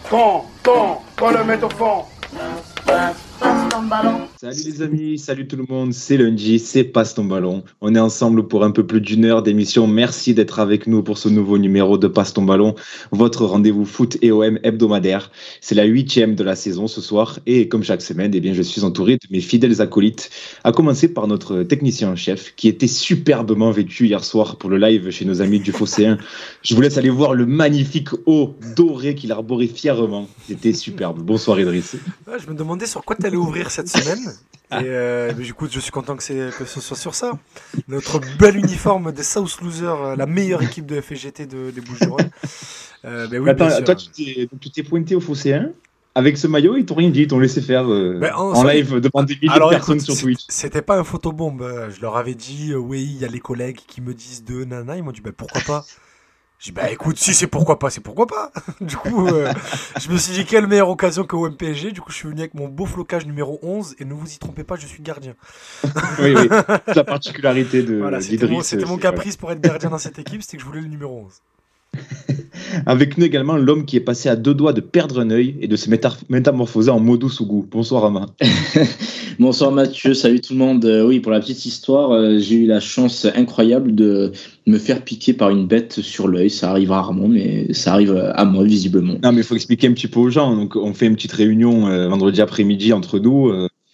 Qu'on le mette au fond. Passe ton ballon. Salut les amis, salut tout le monde, c'est lundi, c'est Passe ton ballon. On est ensemble pour un peu plus d'une heure d'émission. Merci d'être avec nous pour ce nouveau numéro de Passe ton ballon, votre rendez-vous foot et OM hebdomadaire. C'est la 8e de la saison ce soir et comme chaque semaine, eh bien, je suis entouré de mes fidèles acolytes, à commencer par notre technicien en chef qui était superbement vêtu hier soir pour le live chez nos amis du Phocéen. Je vous laisse aller voir le magnifique haut doré qu'il arborait fièrement. C'était superbe. Bonsoir Idriss. Ouais, je me demandais sur quoi tu allais ouvrir cette semaine. Et du coup, je suis content que ce soit sur ça. Notre bel uniforme des South Losers, la meilleure équipe de FGT des Bouches-du-Rhône. Oui, attends, toi, tu t'es pointé au Phocéen avec ce maillot, ils t'ont rien dit, ils t'ont laissé faire en live devant des milliers de personnes sur Twitch. C'était pas un photobombe. Je leur avais dit, oui, il y a les collègues qui me disent de nana. Ils m'ont dit, pourquoi pas. J'ai dit, écoute, si c'est pourquoi pas, c'est pourquoi pas. Du coup, je me suis dit, quelle meilleure occasion que au MPSG. Du coup, je suis venu avec mon beau flocage numéro 11. Et ne vous y trompez pas, je suis gardien. Oui, la particularité de d'Idriss. C'était mon caprice pour être gardien dans cette équipe, c'était que je voulais le numéro 11. Avec nous également l'homme qui est passé à deux doigts de perdre un œil et de se métamorphoser en Modou Sougou. Bonsoir Ama. Bonsoir Mathieu, salut tout le monde. Oui, pour la petite histoire, j'ai eu la chance incroyable de me faire piquer par une bête sur l'œil. Ça arrive rarement, mais ça arrive à moi visiblement. Non, mais il faut expliquer un petit peu aux gens. Donc, on fait une petite réunion vendredi après-midi entre nous.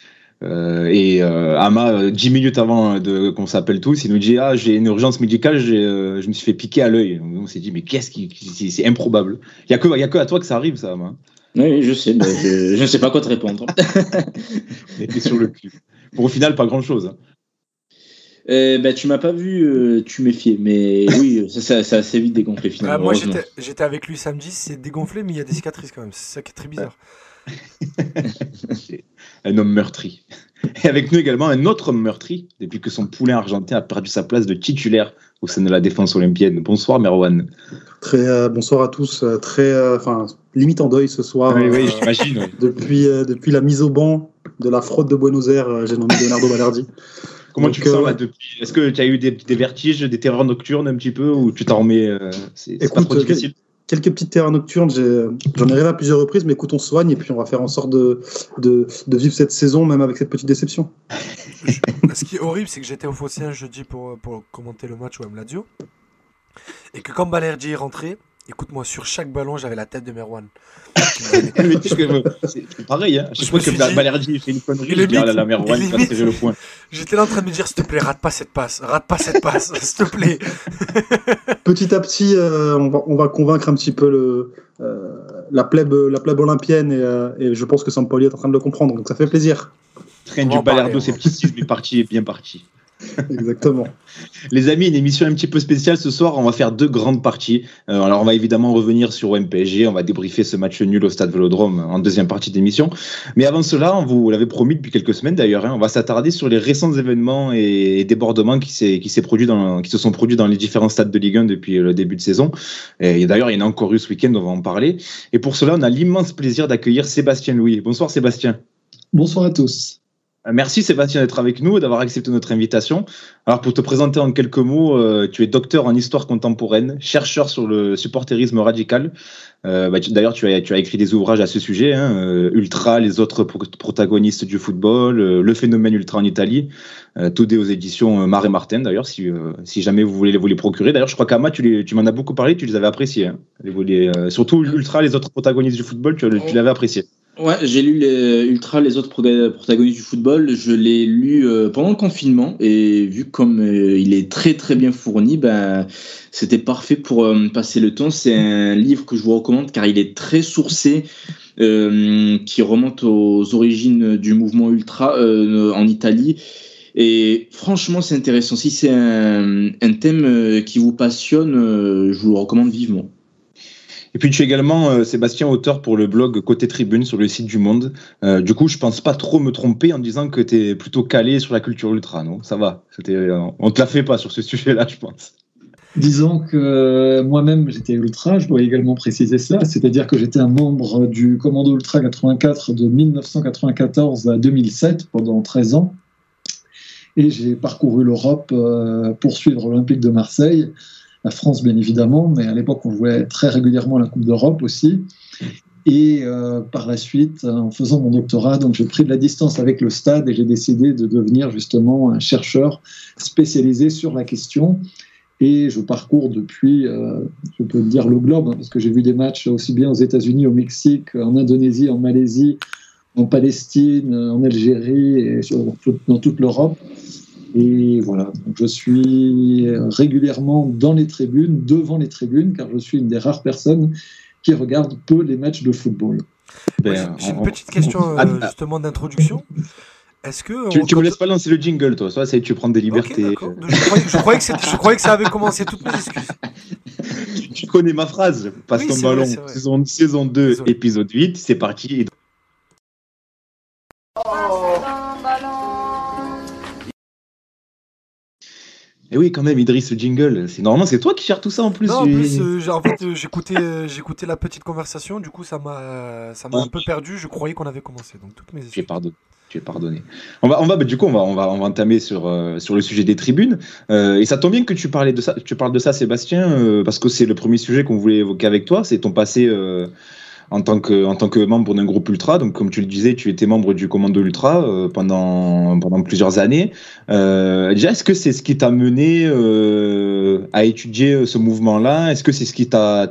Ama, 10 minutes avant qu'on s'appelle tous, il nous dit j'ai une urgence médicale, je me suis fait piquer à l'œil. On s'est dit mais c'est improbable. Il y a que à toi que ça arrive ça, Ama. Oui, je sais, je ne sais pas quoi te répondre. On était sur le cul. Pour au final pas grand chose. Tu m'as pas vu tu méfier, mais oui, ça assez vite dégonflé finalement. Moi j'étais avec lui samedi, c'est dégonflé, mais il y a des cicatrices quand même, c'est ça qui est très bizarre. Un homme meurtri. Et avec nous également un autre homme meurtri depuis que son poulain argentin a perdu sa place de titulaire au sein de la défense olympienne. Bonsoir Merwan. Bonsoir à tous. Limite en deuil ce soir. Oui, j'imagine. Depuis la mise au banc de la fraude de Buenos Aires, j'ai nommé Leonardo Balerdi. Comment tu te sens là depuis ? Est-ce que tu as eu des vertiges, des terreurs nocturnes un petit peu ou tu t'en remets c'est pas trop difficile ? Quelques petites terreurs nocturnes, j'en ai rêvé à plusieurs reprises, mais écoute, on soigne et puis on va faire en sorte de vivre cette saison, même avec cette petite déception. Ce qui est horrible, c'est que j'étais au Phocéen jeudi pour commenter le match OM Lazio, et que quand Balerdi est rentré, écoute-moi, sur chaque ballon, j'avais la tête de Merwan. C'est pareil, hein. Je crois que Balerdi fait une connerie, je dis la Merwan, il va tirer le point. J'étais là en train de me dire, s'il te plaît, rate pas cette passe, s'il te plaît. Petit à petit, on va convaincre un petit peu la plèbe olympienne et je pense que Sampaoli est en train de le comprendre, donc ça fait plaisir. Train du Balerdo, scepticisme est bien parti. Exactement. Les amis, une émission un petit peu spéciale ce soir. On va faire deux grandes parties. Alors, on va évidemment revenir sur OM PSG. On va débriefer ce match nul au Stade Vélodrome en deuxième partie d'émission. Mais avant cela, on vous l'avait promis depuis quelques semaines d'ailleurs, on va s'attarder sur les récents événements et débordements qui se sont produits dans les différents stades de Ligue 1 depuis le début de saison. Et d'ailleurs, il y en a encore eu ce week-end, on va en parler. Et pour cela, on a l'immense plaisir d'accueillir Sébastien Louis. Bonsoir Sébastien. Bonsoir à tous. Merci Sébastien d'être avec nous et d'avoir accepté notre invitation. Alors pour te présenter en quelques mots, tu es docteur en histoire contemporaine, chercheur sur le supporterisme radical. D'ailleurs, tu as écrit des ouvrages à ce sujet, Ultra, les autres protagonistes du football, le phénomène Ultra en Italie, tout des aux éditions Mar et Martin d'ailleurs, si jamais vous voulez vous les procurer. D'ailleurs, je crois qu'Ama, tu m'en as beaucoup parlé, tu les avais appréciés. Surtout Ultra, les autres protagonistes du football, tu l'avais apprécié. Ouais, j'ai lu les autres protagonistes du football. Je l'ai lu pendant le confinement et vu comme il est très très bien fourni, c'était parfait pour passer le temps. C'est un livre que je vous recommande car il est très sourcé, qui remonte aux origines du mouvement ultra en Italie. Et franchement, c'est intéressant. Si c'est un thème qui vous passionne, je vous le recommande vivement. Et puis tu es également, Sébastien, auteur pour le blog Côté Tribune sur le site du Monde. Du coup, je pense pas trop me tromper en disant que tu es plutôt calé sur la culture ultra, non ? Ça va, on te la fait pas sur ce sujet-là, je pense. Disons que moi-même, j'étais ultra, je dois également préciser cela, c'est-à-dire que j'étais un membre du Commando Ultra 84 de 1994 à 2007 pendant 13 ans. Et j'ai parcouru l'Europe pour suivre l'Olympique de Marseille, la France bien évidemment, mais à l'époque on jouait très régulièrement la Coupe d'Europe aussi. Et par la suite, en faisant mon doctorat, donc j'ai pris de la distance avec le Stade et j'ai décidé de devenir justement un chercheur spécialisé sur la question. Et je parcours depuis, je peux dire le globe, hein, parce que j'ai vu des matchs aussi bien aux États-Unis, au Mexique, en Indonésie, en Malaisie, en Palestine, en Algérie et dans toute l'Europe. Et voilà, donc je suis régulièrement dans les tribunes, devant les tribunes, car je suis une des rares personnes qui regarde peu les matchs de football. J'ai une petite question justement d'introduction. Est-ce que tu me laisses pas lancer le jingle, toi? Ça, c'est tu prends des libertés. Okay, je croyais que ça avait commencé. Toutes mes excuses. Tu connais ma phrase. Passe ton ballon. Saison 2, désolé. Épisode 8. C'est parti. Et oui, quand même, Idriss, le jingle. Normalement, c'est toi qui gères tout ça en plus. Non, en plus, j'écoutais la petite conversation. Du coup, ça m'a un peu perdu. Je croyais qu'on avait commencé. Donc, toutes mes excuses. Tu es pardonné. On va entamer sur le sujet des tribunes. Et ça tombe bien que tu parles de ça, Sébastien, parce que c'est le premier sujet qu'on voulait évoquer avec toi. C'est ton passé en tant que membre d'un groupe ultra. Donc, comme tu le disais, tu étais membre du commando ultra pendant plusieurs années. Déjà, est-ce que c'est ce qui t'a mené à étudier ce mouvement-là? Est-ce que c'est ce qui t'a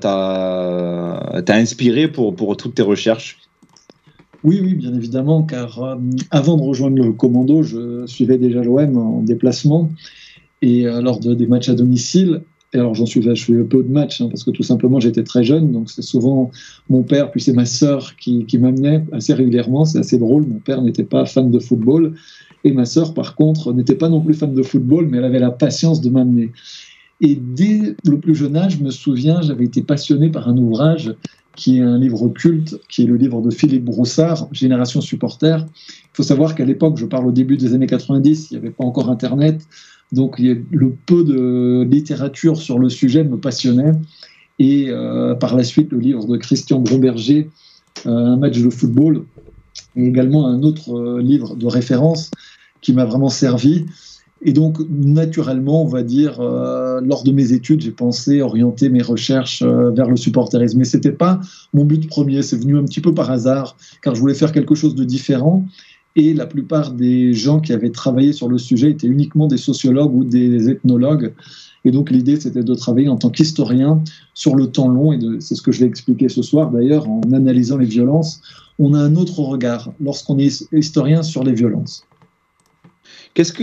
inspiré pour toutes tes recherches? Oui, bien évidemment, car avant de rejoindre le commando, je suivais déjà l'OM en déplacement et lors des matchs à domicile. Et alors je fais peu de matchs parce que tout simplement j'étais très jeune, donc c'est souvent mon père puis c'est ma sœur qui m'amenait assez régulièrement. C'est assez drôle, mon père n'était pas fan de football et ma sœur par contre n'était pas non plus fan de football, mais elle avait la patience de m'amener. Et dès le plus jeune âge, je me souviens, j'avais été passionné par un ouvrage qui est un livre culte, qui est le livre de Philippe Broussard, Génération supporter. Il faut savoir qu'à l'époque, je parle au début des années 90, il n'y avait pas encore Internet, donc le peu de littérature sur le sujet me passionnait. Et par la suite, le livre de Christian Bromberger, Un match de football, et également un autre livre de référence qui m'a vraiment servi. Et donc, naturellement, on va dire, lors de mes études, j'ai pensé orienter mes recherches vers le supporterisme. Mais ce n'était pas mon but premier, c'est venu un petit peu par hasard, car je voulais faire quelque chose de différent. Et la plupart des gens qui avaient travaillé sur le sujet étaient uniquement des sociologues ou des ethnologues. Et donc, l'idée, c'était de travailler en tant qu'historien sur le temps long. Et c'est ce que je vais expliquer ce soir, d'ailleurs, en analysant les violences. On a un autre regard lorsqu'on est historien sur les violences. Qu'est-ce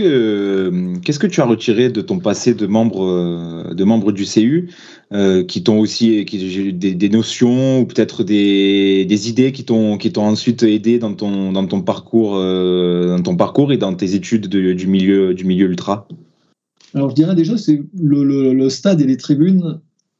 que tu as retiré de ton passé de membre du CU qui t'ont aussi des notions ou peut-être des idées qui t'ont ensuite aidé dans ton parcours et dans tes études du milieu ultra? Alors je dirais déjà c'est le stade et les tribunes.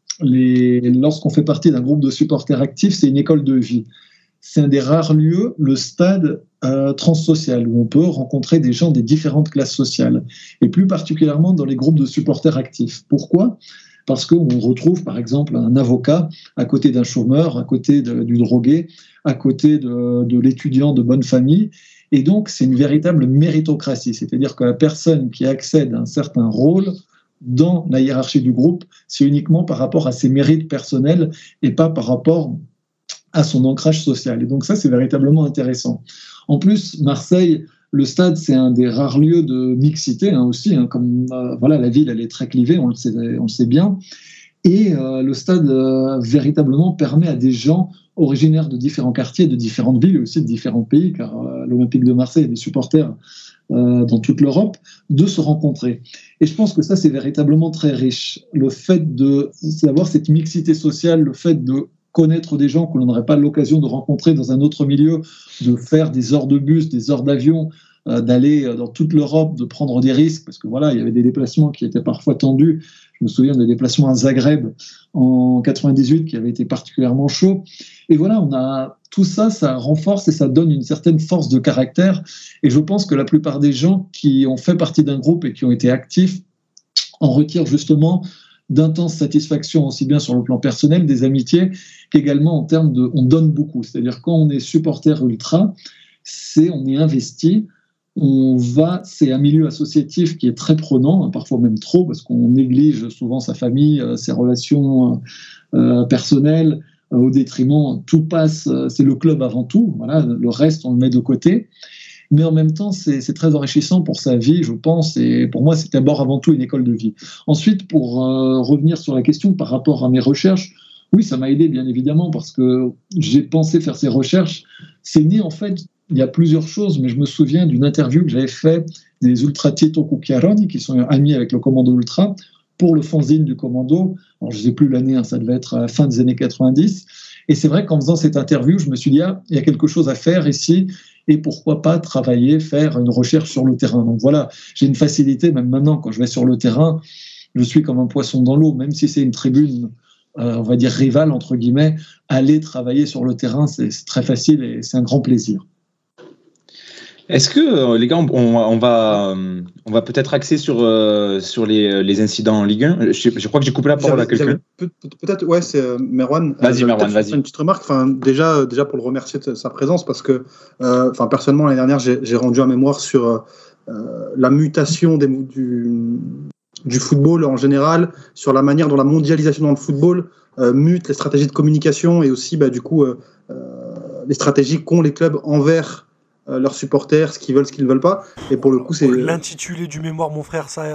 Lorsqu'on fait partie d'un groupe de supporters actifs, c'est une école de vie. C'est un des rares lieux, le stade transsocial, où on peut rencontrer des gens des différentes classes sociales, et plus particulièrement dans les groupes de supporters actifs. Pourquoi ? Parce qu'on retrouve par exemple un avocat à côté d'un chômeur, à côté du drogué, à côté de l'étudiant de bonne famille, et donc c'est une véritable méritocratie, c'est-à-dire que la personne qui accède à un certain rôle dans la hiérarchie du groupe, c'est uniquement par rapport à ses mérites personnels et pas par rapport à son ancrage social. Et donc ça, c'est véritablement intéressant. En plus, Marseille, le stade, c'est un des rares lieux de mixité aussi. Comme voilà, la ville, elle est très clivée, on le sait bien. Et le stade, véritablement, permet à des gens originaires de différents quartiers, de différentes villes et aussi de différents pays, car l'Olympique de Marseille a des supporters dans toute l'Europe, de se rencontrer. Et je pense que ça, c'est véritablement très riche. Le fait d'avoir cette mixité sociale, le fait de connaître des gens que l'on n'aurait pas l'occasion de rencontrer dans un autre milieu, de faire des heures de bus, des heures d'avion, d'aller dans toute l'Europe, de prendre des risques, parce que voilà, il y avait des déplacements qui étaient parfois tendus. Je me souviens des déplacements à Zagreb en 98 qui avaient été particulièrement chauds. Et voilà, tout ça, ça renforce et ça donne une certaine force de caractère. Et je pense que la plupart des gens qui ont fait partie d'un groupe et qui ont été actifs en retirent justement d'intenses satisfactions, aussi bien sur le plan personnel, des amitiés, qu'également en termes on donne beaucoup. C'est-à-dire quand on est supporter ultra, on est investi, c'est un milieu associatif qui est très prenant, parfois même trop, parce qu'on néglige souvent sa famille, ses relations personnelles. au détriment, tout passe, c'est le club avant tout, voilà, le reste on le met de côté. Mais en même temps, c'est très enrichissant pour sa vie, je pense, et pour moi, c'est d'abord avant tout une école de vie. Ensuite, pour revenir sur la question par rapport à mes recherches, oui, ça m'a aidé, bien évidemment, parce que j'ai pensé faire ces recherches. C'est né, en fait, il y a plusieurs choses, mais je me souviens d'une interview que j'avais faite des Ultra Tieto Cucchiaroni, qui sont amis avec le Commando Ultra, pour le fanzine du Commando. Alors, je ne sais plus l'année, ça devait être à la fin des années 90. Et c'est vrai qu'en faisant cette interview, je me suis dit, il y a quelque chose à faire ici, et pourquoi pas travailler, faire une recherche sur le terrain. Donc voilà, j'ai une facilité, même maintenant, quand je vais sur le terrain, je suis comme un poisson dans l'eau, même si c'est une tribune, on va dire rivale, entre guillemets, aller travailler sur le terrain, c'est très facile et c'est un grand plaisir. Est-ce que, les gars, on va peut-être axer sur les incidents en Ligue 1 ? Je crois que j'ai coupé la parole à quelqu'un. Peut-être, ouais, c'est Merwan. Vas-y, Merwan, vas-y. Une petite remarque, déjà pour le remercier de sa présence, parce que, personnellement, l'année dernière, j'ai rendu un mémoire sur la mutation du football en général, sur la manière dont la mondialisation dans le football mute les stratégies de communication et aussi, les stratégies qu'ont les clubs envers leurs supporters, ce qu'ils veulent, ce qu'ils ne veulent pas. Et pour le coup, c'est l'intitulé du mémoire, mon frère, ça,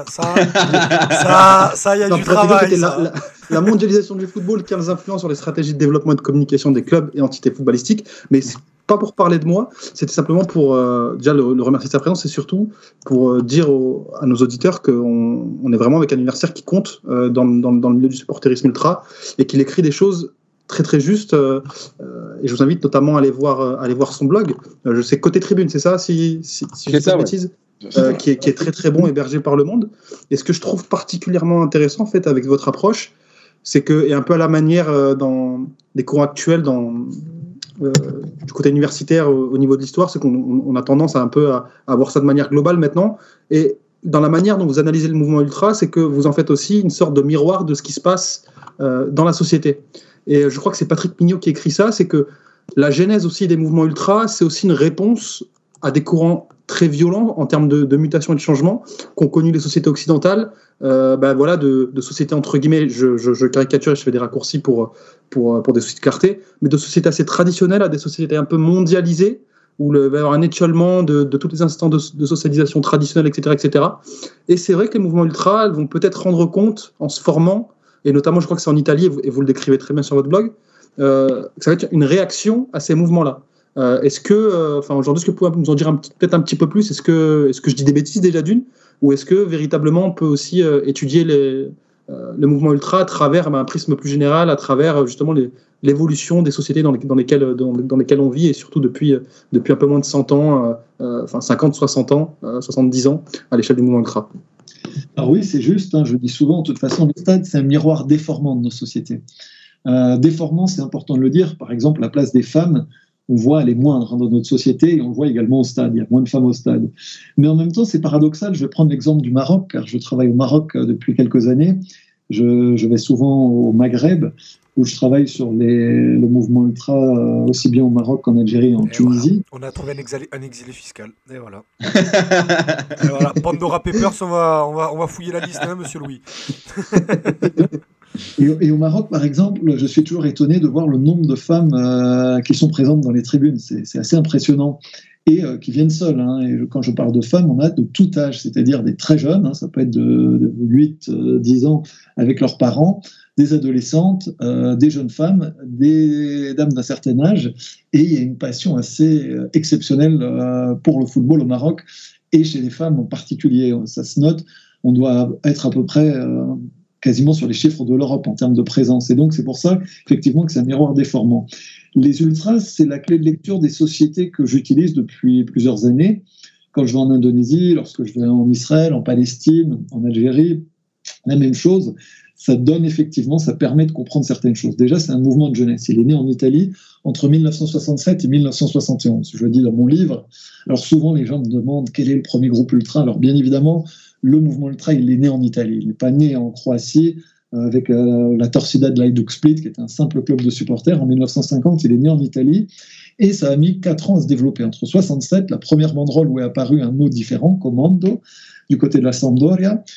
il y a du travail. La mondialisation du football, 15 influences sur les stratégies de développement et de communication des clubs et entités footballistiques. Mais c'est pas pour parler de moi, c'était simplement pour déjà le remercier de sa présence et surtout pour dire à nos auditeurs qu'on est vraiment avec un anniversaire qui compte dans le milieu du supporterisme ultra et qu'il écrit des choses très très juste, et je vous invite notamment à aller voir son blog. Je sais Côté Tribune, c'est ça, si je dis pas de bêtises, qui est très très bon, hébergé par Le Monde. Et ce que je trouve particulièrement intéressant en fait avec votre approche, c'est que, et un peu à la manière dans les cours actuels du côté universitaire au niveau de l'histoire, c'est qu'on a tendance à voir ça de manière globale maintenant. Et dans la manière dont vous analysez le mouvement ultra, c'est que vous en faites aussi une sorte de miroir de ce qui se passe dans la société. Et je crois que c'est Patrick Mignot qui écrit ça, c'est que la genèse aussi des mouvements ultra, c'est aussi une réponse à des courants très violents en termes de mutation et de changement qu'ont connu les sociétés occidentales, de sociétés entre guillemets, je caricature et je fais des raccourcis pour des soucis de clarté, mais de sociétés assez traditionnelles à des sociétés un peu mondialisées, où il va y avoir un étiolement de tous les instants de socialisation traditionnelle, etc., etc. Et c'est vrai que les mouvements ultra vont peut-être rendre compte, en se formant, et notamment je crois que c'est en Italie, et vous le décrivez très bien sur votre blog, ça va être une réaction à ces mouvements-là. Est-ce que, aujourd'hui, est-ce que vous pouvez nous en dire peut-être un petit peu plus ? Est-ce que je dis des bêtises déjà d'une ? Ou est-ce que véritablement on peut aussi étudier le mouvement ultra à travers un prisme plus général, à travers justement l'évolution des sociétés dans lesquelles on vit, et surtout depuis un peu moins de 100 ans, 50, 60 ans, 70 ans, à l'échelle du mouvement ultra ? Alors oui, c'est juste, je dis souvent, de toute façon, le stade, c'est un miroir déformant de nos sociétés. Déformant, c'est important de le dire. Par exemple, la place des femmes, on voit elle est moindre dans notre société, et on le voit également au stade. Il y a moins de femmes au stade. Mais en même temps, c'est paradoxal. Je vais prendre l'exemple du Maroc, car je travaille au Maroc depuis quelques années. Je vais souvent au Maghreb, où je travaille sur le mouvement ultra, aussi bien au Maroc qu'en Algérie et en Tunisie. Voilà. On a trouvé un exilé fiscal. Et voilà. Et voilà. Pandora Papers, on va fouiller la liste, monsieur Louis. Et au Maroc, par exemple, je suis toujours étonné de voir le nombre de femmes qui sont présentes dans les tribunes. C'est assez impressionnant. Et qui viennent seules. Et quand je parle de femmes, on a de tout âge, c'est-à-dire des très jeunes, ça peut être de 8, 10 ans avec leurs parents, des adolescentes, des jeunes femmes, des dames d'un certain âge. Et il y a une passion assez exceptionnelle pour le football au Maroc, et chez les femmes en particulier. Ça se note, on doit être à peu près quasiment sur les chiffres de l'Europe en termes de présence. Et donc, c'est pour ça, effectivement, que c'est un miroir déformant. Les ultras, c'est la clé de lecture des sociétés que j'utilise depuis plusieurs années. Quand je vais en Indonésie, lorsque je vais en Israël, en Palestine, en Algérie, la même chose. Ça donne effectivement, ça permet de comprendre certaines choses. Déjà, c'est un mouvement de jeunesse. Il est né en Italie entre 1967 et 1971. Je le dis dans mon livre. Alors souvent, les gens me demandent quel est le premier groupe ultra. Alors bien évidemment, le mouvement ultra, il est né en Italie. Il n'est pas né en Croatie avec la Torcida de l'Hajduk Split, qui est un simple club de supporters. En 1950, il est né en Italie. Et ça a mis 4 ans à se développer. Entre 67, la première banderole où est apparu un mot différent, Commando, du côté de la Sampdoria.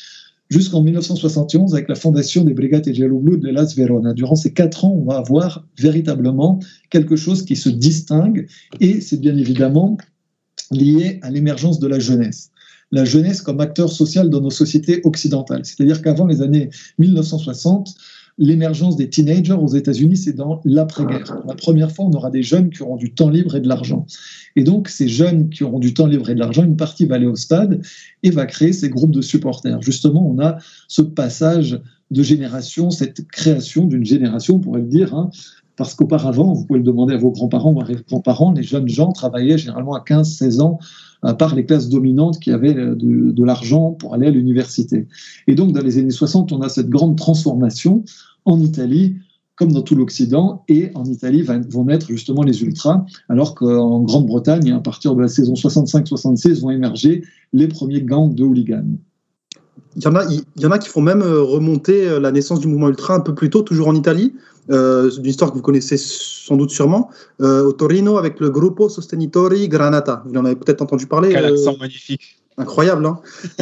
jusqu'en 1971 avec la fondation des Brigate Gialloblu de Hellas Verona. Durant ces 4 ans, on va avoir véritablement quelque chose qui se distingue et c'est bien évidemment lié à l'émergence de la jeunesse. La jeunesse comme acteur social dans nos sociétés occidentales. C'est-à-dire qu'avant les années 1960, l'émergence des teenagers aux États-Unis, c'est dans l'après-guerre. Pour la première fois, on aura des jeunes qui auront du temps libre et de l'argent. Et donc, ces jeunes qui auront du temps libre et de l'argent, une partie va aller au stade et va créer ces groupes de supporters. Justement, on a ce passage de génération, cette création d'une génération, on pourrait le dire, hein, parce qu'auparavant, vous pouvez le demander à vos grands-parents ou à vos grands-parents, les jeunes gens travaillaient généralement à 15-16 ans, à part les classes dominantes qui avaient de l'argent pour aller à l'université. Et donc, dans les années 60, on a cette grande transformation en Italie, comme dans tout l'Occident, et en Italie vont naître justement les ultras, alors qu'en Grande-Bretagne, à partir de la saison 65-66, vont émerger les premiers gangs de hooligans. Il y en a qui font même remonter la naissance du mouvement ultra un peu plus tôt, toujours en Italie. C'est une histoire que vous connaissez sans doute sûrement. Au Torino, avec le Gruppo Sostenitori Granata. Vous en avez peut-être entendu parler. Quel accent magnifique. Incroyable, hein.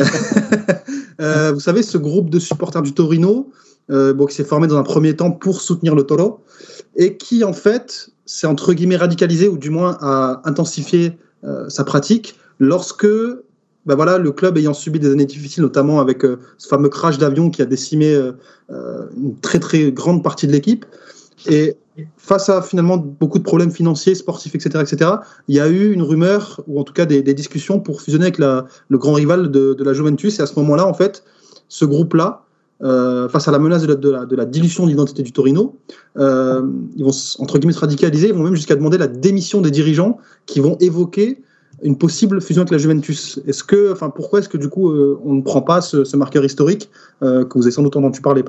Vous savez, ce groupe de supporters du Torino, qui s'est formé dans un premier temps pour soutenir le Toro, et qui, en fait, s'est entre guillemets radicalisé, ou du moins a intensifié sa pratique, lorsque le club ayant subi des années difficiles, notamment avec ce fameux crash d'avion qui a décimé une très très grande partie de l'équipe, et face à finalement beaucoup de problèmes financiers, sportifs, etc., il y a eu une rumeur, ou en tout cas des discussions pour fusionner avec le grand rival de la Juventus, et à ce moment-là, en fait, ce groupe-là, face à la menace de la dilution de l'identité du Torino, ils vont entre guillemets se radicaliser, ils vont même jusqu'à demander la démission des dirigeants qui vont évoquer une possible fusion avec la Juventus. Pourquoi est-ce que du coup on ne prend pas ce marqueur historique que vous avez sans doute entendu parler,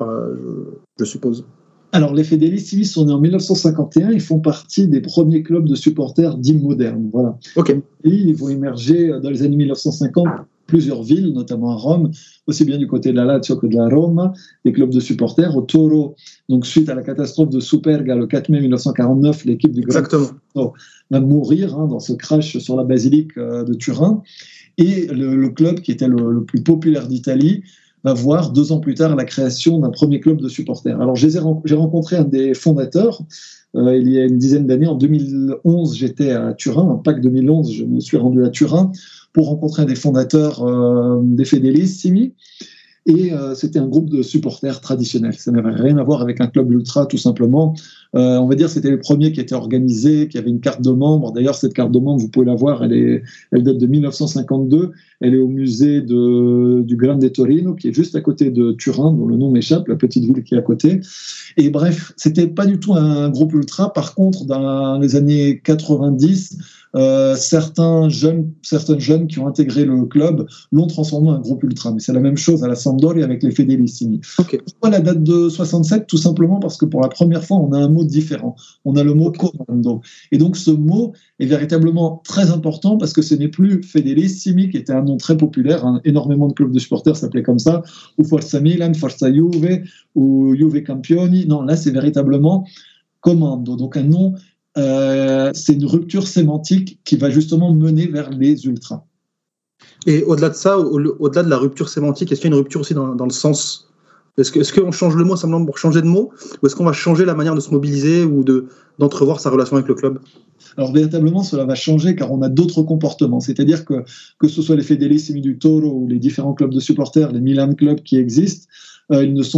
je suppose? Alors, les Fedelissimi sont nés en 1951, ils font partie des premiers clubs de supporters dits modernes. Voilà. Okay. Et ils vont émerger dans les années 1950, plusieurs villes, notamment à Rome, aussi bien du côté de la Lazio que de la Rome, des clubs de supporters. Au Toro, donc suite à la catastrophe de Superga le 4 mai 1949, l'équipe du Grand Toro va mourir dans ce crash sur la basilique de Turin. Et le club qui était le plus populaire d'Italie va voir 2 ans plus tard la création d'un premier club de supporters. Alors j'ai rencontré un des fondateurs il y a une dizaine d'années. En 2011, j'étais à Turin, en Pâques 2011, je me suis rendu à Turin pour rencontrer un des fondateurs des Fedelissimi. Et c'était un groupe de supporters traditionnels. Ça n'avait rien à voir avec un club ultra, tout simplement. On va dire que c'était les premiers qui étaient organisés, qui avaient une carte de membre. D'ailleurs, cette carte de membre, vous pouvez la voir, elle date de 1952. Elle est au musée du Grande Torino, qui est juste à côté de Turin, dont le nom m'échappe, la petite ville qui est à côté. Et bref, c'était pas du tout un groupe ultra. Par contre, dans les années 90, certains jeunes qui ont intégré le club l'ont transformé en un groupe ultra. Mais c'est la même chose à la Sampdoria avec les Fedelissimi. Okay. Pourquoi la date de 67? Tout simplement parce que pour la première fois, on a un mot différent. On a le mot comando. Et donc ce mot est véritablement très important parce que ce n'est plus Fedelissimi, qui était un nom très populaire. Énormément de clubs de supporters s'appelaient comme ça, ou Forza Milan, Forza Juve, ou Juve Campioni. Non, là c'est véritablement commando. Donc un nom, c'est une rupture sémantique qui va justement mener vers les ultras. Et au-delà de ça, au-delà de la rupture sémantique, est-ce qu'il y a une rupture aussi dans le sens? Est-ce qu'on change le mot simplement pour changer de mot, ou est-ce qu'on va changer la manière de se mobiliser ou d'entrevoir sa relation avec le club? Alors véritablement, cela va changer car on a d'autres comportements. C'est-à-dire que ce soit les Fedelissimi du Toro ou les différents clubs de supporters, les Milan Club qui existent, ils ne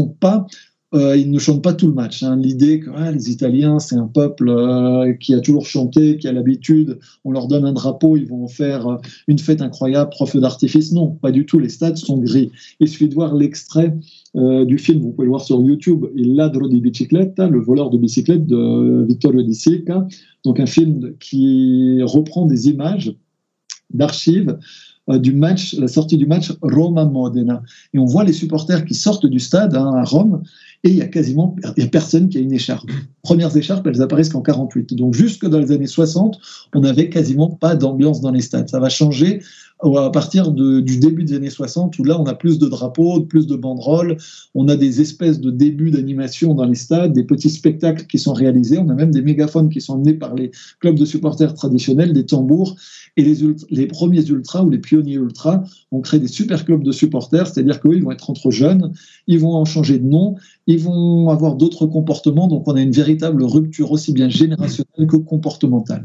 chantent pas tout le match. L'idée que les Italiens, c'est un peuple qui a toujours chanté, qui a l'habitude, on leur donne un drapeau, ils vont faire une fête incroyable, feu d'artifice. Non, pas du tout, les stades sont gris. Il suffit de voir l'extrait du film, vous pouvez le voir sur YouTube, Il ladro di bicicletta, le voleur de bicyclette de Vittorio Di Sica, donc un film qui reprend des images d'archives du match, la sortie du match Roma-Modena. Et on voit les supporters qui sortent du stade à Rome, et il y a personne qui a une écharpe. Premières écharpes, elles apparaissent qu'en 48. Donc jusque dans les années 60, on n'avait quasiment pas d'ambiance dans les stades. Ça va changer à partir du début des années 60, où là, on a plus de drapeaux, plus de banderoles, on a des espèces de débuts d'animation dans les stades, des petits spectacles qui sont réalisés, on a même des mégaphones qui sont emmenés par les clubs de supporters traditionnels, des tambours, et les premiers ultras ou les pionniers ultras ont créé des super clubs de supporters, c'est-à-dire qu'eux, ils vont être entre jeunes, ils vont en changer de nom, ils vont avoir d'autres comportements, donc on a une véritable rupture aussi bien générationnelle que comportementale.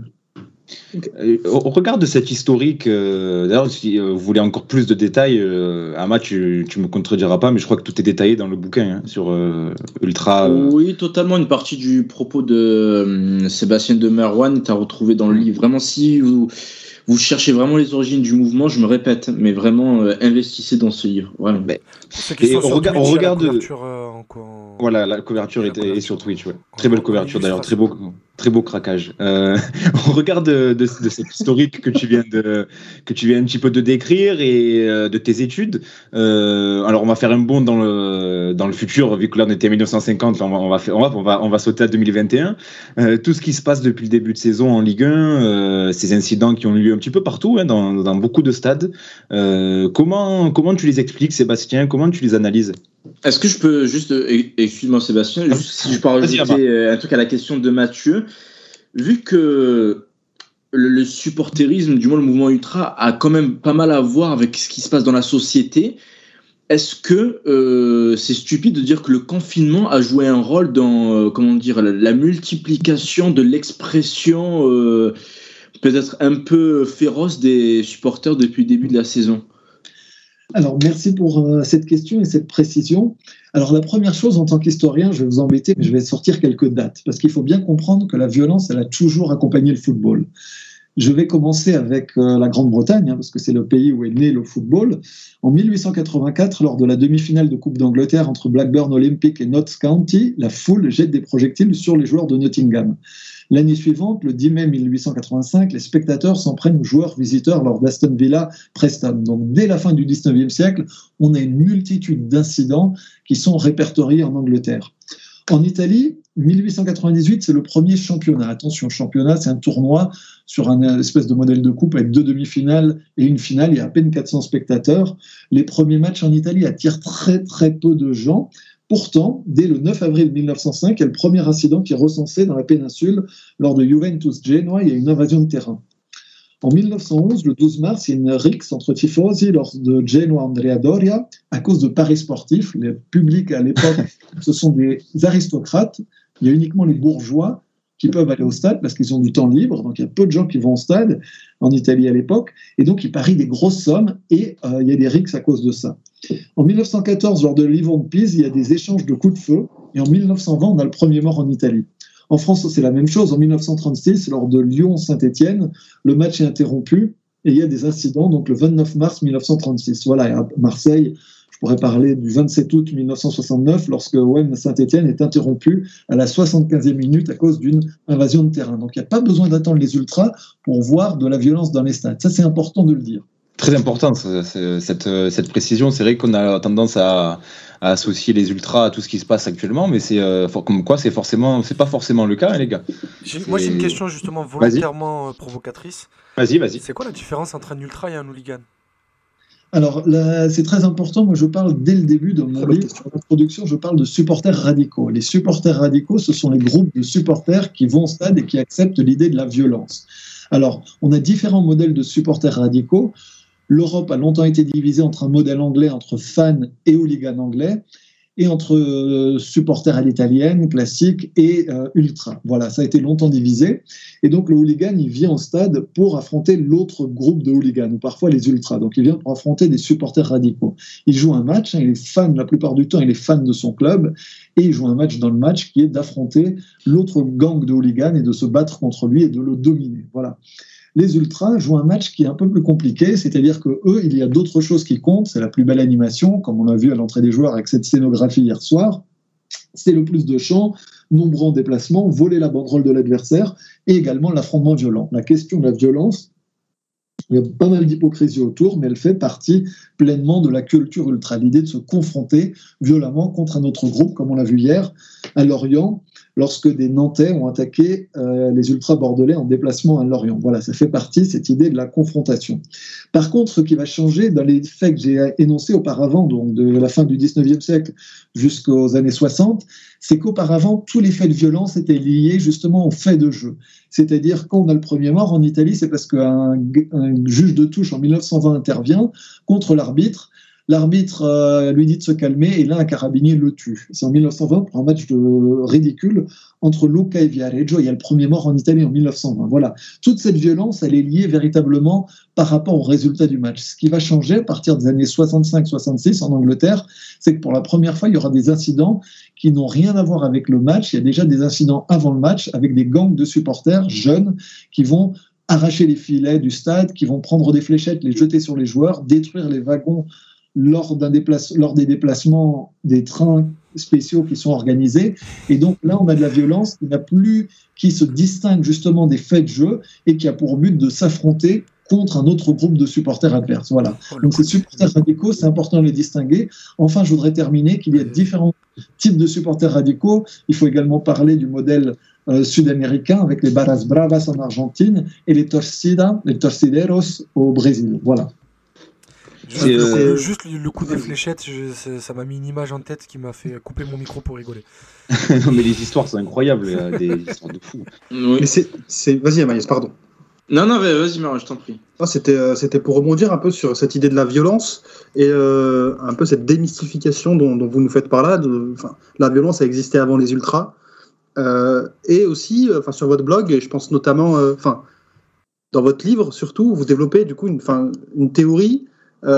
Au regard de cette historique, d'ailleurs, si vous voulez encore plus de détails, Ama, tu me contrediras pas, mais je crois que tout est détaillé dans le bouquin sur Ultra. Oui, totalement. Une partie du propos de Sébastien de Merouane est à retrouver dans le livre. Vraiment, si vous cherchez vraiment les origines du mouvement, je me répète, mais vraiment investissez dans ce livre. Voilà. Et on regarde. Voilà, la couverture est sur Twitch. Ouais. Très belle couverture d'ailleurs, très beau craquage. On regarde de cette historique que tu viens un petit peu de décrire et de tes études. Alors on va faire un bond dans le futur, vu que là on était en 1950, là, on va sauter à 2021. Tout ce qui se passe depuis le début de saison en Ligue 1, ces incidents qui ont eu lieu un petit peu partout, hein, dans beaucoup de stades. Comment tu les expliques, Sébastien? Comment tu les analyses? Est-ce que je peux juste, excuse-moi Sébastien, juste si je peux rajouter un truc à la question de Mathieu, vu que le supporterisme, du moins le mouvement ultra, a quand même pas mal à voir avec ce qui se passe dans la société, est-ce que c'est stupide de dire que le confinement a joué un rôle dans la multiplication de l'expression peut-être un peu féroce des supporters depuis le début de la saison? Alors, merci pour cette question et cette précision. Alors, la première chose, en tant qu'historien, je vais vous embêter, mais je vais sortir quelques dates, parce qu'il faut bien comprendre que la violence, elle a toujours accompagné le football. Je vais commencer avec la Grande-Bretagne, parce que c'est le pays où est né le football. En 1884, lors de la demi-finale de Coupe d'Angleterre entre Blackburn Olympic et Notts County, la foule jette des projectiles sur les joueurs de Nottingham. L'année suivante, le 10 mai 1885, les spectateurs s'en prennent aux joueurs visiteurs lors d'Aston Villa Preston. Donc, dès la fin du 19e siècle, on a une multitude d'incidents qui sont répertoriés en Angleterre. En Italie, 1898, c'est le premier championnat. Attention, championnat, c'est un tournoi sur un espèce de modèle de coupe avec 2 demi-finales et une finale. Il y a à peine 400 spectateurs. Les premiers matchs en Italie attirent très, très peu de gens. Pourtant, dès le 9 avril 1905, il y a le premier incident qui est recensé dans la péninsule lors de Juventus Genoa. Il y a une invasion de terrain. En 1911, le 12 mars, il y a une rixe entre tifosi lors de Genoa Andrea Doria à cause de paris sportifs. Le public à l'époque, ce sont des aristocrates. Il y a uniquement les bourgeois qui peuvent aller au stade parce qu'ils ont du temps libre. Donc, il y a peu de gens qui vont au stade en Italie à l'époque. Et donc, ils parient des grosses sommes et il y a des rixes à cause de ça. En 1914, lors de l'Yvonne Pise, il y a des échanges de coups de feu. Et en 1920, on a le premier mort en Italie. En France, c'est la même chose. En 1936, lors de Lyon-Saint-Étienne, le match est interrompu et il y a des incidents. Donc, le 29 mars 1936. Voilà, et à Marseille, je pourrais parler du 27 août 1969, lorsque OM Saint-Étienne est interrompu à la 75e minute à cause d'une invasion de terrain. Donc, il n'y a pas besoin d'attendre les ultras pour voir de la violence dans les stades. Ça, c'est important de le dire. Très importante cette précision. C'est vrai qu'on a tendance à associer les ultras à tout ce qui se passe actuellement, mais c'est comme quoi c'est pas forcément le cas, hein, les gars. Moi, j'ai une question justement volontairement provocatrice. Vas-y. C'est quoi la différence entre un ultra et un hooligan? Alors, là, c'est très important. Moi, je parle dès le début de mon livre, en introduction, je parle de supporters radicaux. Les supporters radicaux, ce sont les groupes de supporters qui vont au stade et qui acceptent l'idée de la violence. Alors, on a différents modèles de supporters radicaux. L'Europe a longtemps été divisée entre un modèle anglais, entre fans et hooligans anglais, et entre supporters à l'italienne, classique, et ultra. Voilà, ça a été longtemps divisé. Et donc le hooligan, il vient au stade pour affronter l'autre groupe de hooligans, ou parfois les ultras. Donc il vient pour affronter des supporters radicaux. Il joue un match, il est fan, la plupart du temps, il est fan de son club, et il joue un match dans le match qui est d'affronter l'autre gang de hooligans et de se battre contre lui et de le dominer. Voilà. Les ultras jouent un match qui est un peu plus compliqué, c'est-à-dire que eux, il y a d'autres choses qui comptent. C'est la plus belle animation, comme on l'a vu à l'entrée des joueurs avec cette scénographie hier soir. C'est le plus de chants, nombreux en déplacement, voler la banderole de l'adversaire et également l'affrontement violent. La question de la violence, il y a pas mal d'hypocrisie autour, mais elle fait partie pleinement de la culture ultra. L'idée de se confronter violemment contre un autre groupe, comme on l'a vu hier à Lorient, lorsque des Nantais ont attaqué les ultras bordelais en déplacement à Lorient. Voilà, ça fait partie, cette idée de la confrontation. Par contre, ce qui va changer dans les faits que j'ai énoncés auparavant, donc de la fin du 19e siècle jusqu'aux années 60, c'est qu'auparavant, tous les faits de violence étaient liés justement aux faits de jeu. C'est-à-dire, quand on a le premier mort en Italie, c'est parce qu'un juge de touche en 1920 intervient contre l'arbitre. L'arbitre lui dit de se calmer et là, un carabinier le tue. C'est en 1920 pour un match ridicule entre Lucca et Viareggio. Il y a le premier mort en Italie en 1920. Voilà. Toute cette violence, elle est liée véritablement par rapport au résultat du match. Ce qui va changer à partir des années 65-66 en Angleterre, c'est que pour la première fois, il y aura des incidents qui n'ont rien à voir avec le match. Il y a déjà des incidents avant le match avec des gangs de supporters jeunes qui vont arracher les filets du stade, qui vont prendre des fléchettes, les jeter sur les joueurs, détruire les wagons lors des déplacements des trains spéciaux qui sont organisés. Et donc là, on a de la violence qui se distingue justement des faits de jeu et qui a pour but de s'affronter contre un autre groupe de supporters adverses. Voilà. Donc ces supporters radicaux, c'est important de les distinguer. Enfin, je voudrais terminer qu'il y a différents types de supporters radicaux. Il faut également parler du modèle sud-américain avec les Barras Bravas en Argentine et les Torcideros au Brésil. Voilà. Juste le coup des fléchettes, ça m'a mis une image en tête qui m'a fait couper mon micro pour rigoler. Non, mais les histoires, c'est incroyable, des histoires de fou. Oui. Mais vas-y, Amaïs, pardon. Non, vas-y, Mario, je t'en prie. C'était pour rebondir un peu sur cette idée de la violence et un peu cette démystification dont vous nous faites par là. La violence a existé avant les ultras. Et aussi, sur votre blog, je pense notamment, dans votre livre surtout, vous développez du coup une théorie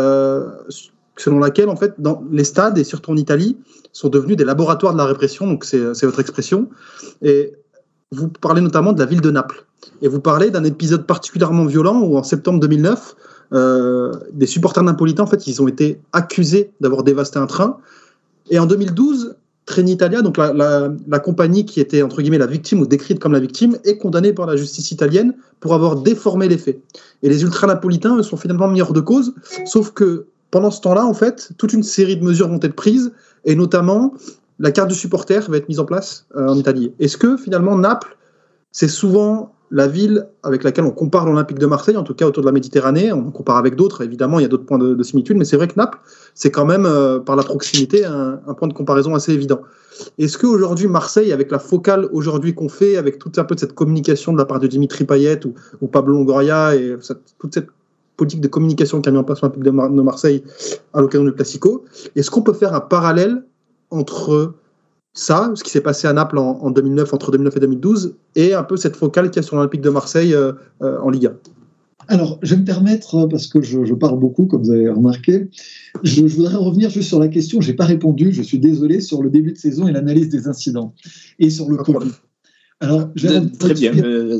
selon laquelle en fait les stades et surtout en Italie sont devenus des laboratoires de la répression, donc c'est votre expression, et vous parlez notamment de la ville de Naples et vous parlez d'un épisode particulièrement violent où en septembre 2009 des supporters napolitains en fait ils ont été accusés d'avoir dévasté un train, et en 2012 Trenitalia, donc la compagnie qui était entre guillemets la victime ou décrite comme la victime, est condamnée par la justice italienne pour avoir déformé les faits. Et les ultra-napolitains sont finalement mis hors de cause, sauf que pendant ce temps-là, en fait, toute une série de mesures vont être prises, et notamment la carte du supporter va être mise en place en Italie. Est-ce que finalement Naples, c'est souvent la ville avec laquelle on compare l'Olympique de Marseille, en tout cas autour de la Méditerranée, on compare avec d'autres, évidemment, il y a d'autres points de similitude, mais c'est vrai que Naples, c'est quand même, par la proximité, un point de comparaison assez évident. Est-ce qu'aujourd'hui, Marseille, avec la focale aujourd'hui qu'on fait, avec toute un peu de cette communication de la part de Dimitri Payet ou Pablo Longoria, et toute cette politique de communication qu'a mis en place l'Olympique de Marseille à l'occasion du Classico, est-ce qu'on peut faire un parallèle entre ça, ce qui s'est passé à Naples en 2009, entre 2009 et 2012, et un peu cette focale qu'il y a sur l'Olympique de Marseille en Liga? Alors, je vais me permettre, parce que je parle beaucoup, comme vous avez remarqué, je voudrais revenir juste sur la question, je n'ai pas répondu, je suis désolé, sur le début de saison et l'analyse des incidents, et sur le Covid. Alors, très bien.